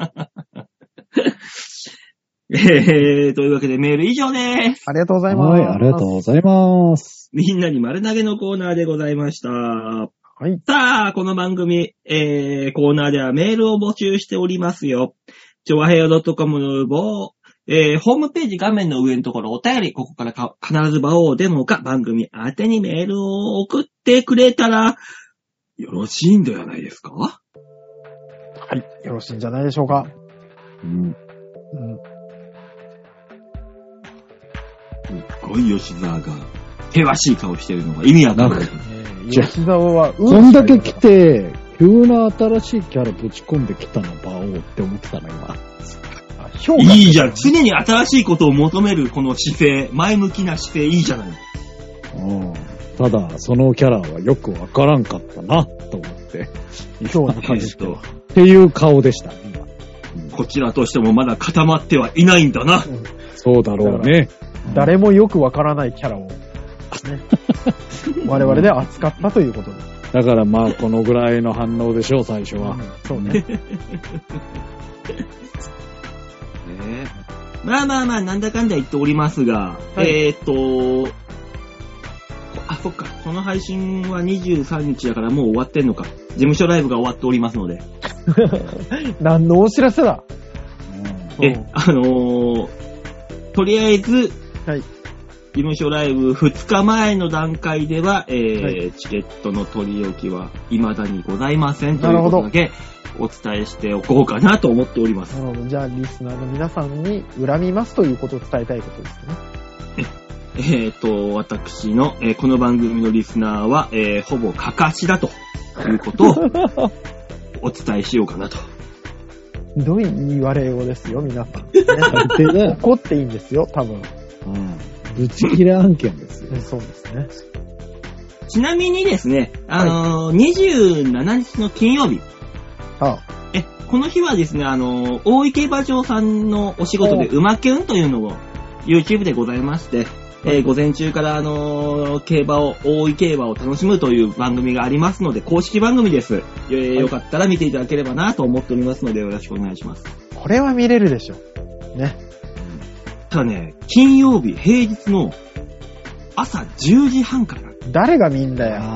[SPEAKER 2] えー、というわけでメール以上です。
[SPEAKER 3] ありがとうございます。
[SPEAKER 4] はい、ありがとうございます。
[SPEAKER 2] みんなに丸投げのコーナーでございました。
[SPEAKER 3] はい。
[SPEAKER 2] さあ、この番組、えー、コーナーではメールを募集しておりますよ。ちょわへよ .com の棒、えー、ホームページ画面の上のところお便り、ここからか必ず場をデモか番組宛てにメールを送ってくれたら、よろしいんではないですか？は
[SPEAKER 3] い、よろしいんじゃないでしょうか。
[SPEAKER 2] うん。うん。すごい吉沢が、険しい顔してるのが意味わかんない。
[SPEAKER 3] 吉沢は、
[SPEAKER 4] こんだけ来て、急な新しいキャラぶち込んできたの、馬王って思ってたの、今。
[SPEAKER 2] いいじゃん。常に新しいことを求めるこの姿勢、前向きな姿勢いいじゃない。
[SPEAKER 4] うん。ただ、そのキャラはよくわからんかったな、と思って。
[SPEAKER 3] 今日の感じと。
[SPEAKER 4] っていう顔でした、今。
[SPEAKER 2] こちらとしてもまだ固まってはいないんだな。うん、
[SPEAKER 4] そうだろうね。
[SPEAKER 3] 誰もよくわからないキャラを、ね、我々で扱ったということです。
[SPEAKER 4] だからまあ、このぐらいの反応でしょう、最初は。うん、
[SPEAKER 3] そうね。
[SPEAKER 2] ね、まあまあまあ、なんだかんだ言っておりますが、はい、えーっと、あ、そっか、この配信はにじゅうさんにちだからもう終わってんのか。事務所ライブが終わっておりますので。
[SPEAKER 3] 何のお知らせだ？
[SPEAKER 2] うん、え、あのー、とりあえず、
[SPEAKER 3] はい、
[SPEAKER 2] 事務所ライブふつかまえの段階では、えーはい、チケットの取り置きは未だにございませんということだけお伝えしておこうかなと思っております。
[SPEAKER 3] なるほど。じゃあリスナーの皆さんに恨みますということを伝えたいことですね。
[SPEAKER 2] えーと、私の、えー、この番組のリスナーは、えー、ほぼかかしだということをお伝えしようかなと。
[SPEAKER 3] ひどい言われようですよ、皆さん。ね、怒っていいんですよ、多分。
[SPEAKER 4] うん。ぶち切れ案件ですよ。
[SPEAKER 3] そうですね。
[SPEAKER 2] ちなみにですね、あのーはい、にじゅうしちにちの金曜日。
[SPEAKER 3] ああ
[SPEAKER 2] え、この日はですね、あのー、大井競馬場さんのお仕事で馬キュンというのを YouTube でございまして、えー、午前中からあのー、競馬を、大井競馬を楽しむという番組がありますので、公式番組です。えーはい、よかったら見ていただければなと思っておりますので、よろしくお願いします。
[SPEAKER 3] これは見れるでしょ。ね。
[SPEAKER 2] ただね、金曜日、平日の朝じゅうじはんから。
[SPEAKER 3] 誰が見んだよ。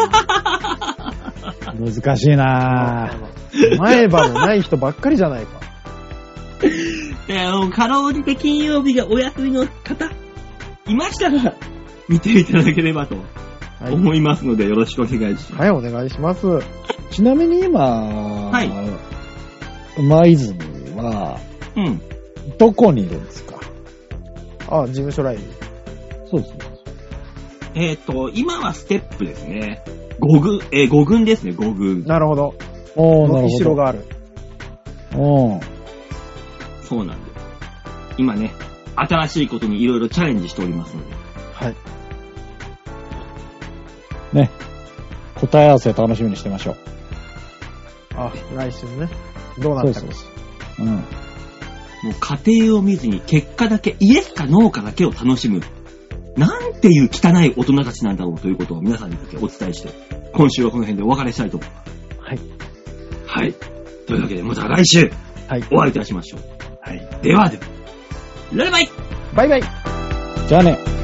[SPEAKER 4] 難しいなぁ。
[SPEAKER 3] 前歯のない人ばっかりじゃないか。
[SPEAKER 2] えあの、かろうじて金曜日がお休みの方、いましたら、見ていただければと思いますので、はい、よろしくお願いします。
[SPEAKER 3] はい、お願いします。
[SPEAKER 4] ちなみに今、はい。舞泉は、
[SPEAKER 2] うん。
[SPEAKER 4] どこにいるんですか？
[SPEAKER 3] ああ、事務所ライブ。
[SPEAKER 4] そうそう。
[SPEAKER 2] えっ、ー、と、今はステップですね。五軍、えー、五軍ですね、五軍。
[SPEAKER 3] なるほど。
[SPEAKER 4] おー、なるほど。
[SPEAKER 3] 後ろがある。
[SPEAKER 2] おー。そうなんです。今ね、新しいことにいろいろチャレンジしておりますので。
[SPEAKER 3] はい。
[SPEAKER 4] ね。答え合わせ楽しみにしてましょう。
[SPEAKER 3] あ、来週ね。どうなったか。そうそう
[SPEAKER 4] そう。うん。
[SPEAKER 2] もう過程を見ずに結果だけ、イエスかノーかだけを楽しむ。なんていう汚い大人たちなんだろうということを皆さんにお伝えして、今週はこの辺でお別れしたいと思います。
[SPEAKER 3] はい。
[SPEAKER 2] はい。というわけでまた来週、はい、お会いいたしましょう。 はい。ではでは。ララバイ
[SPEAKER 3] バイバイ。
[SPEAKER 4] じゃあね。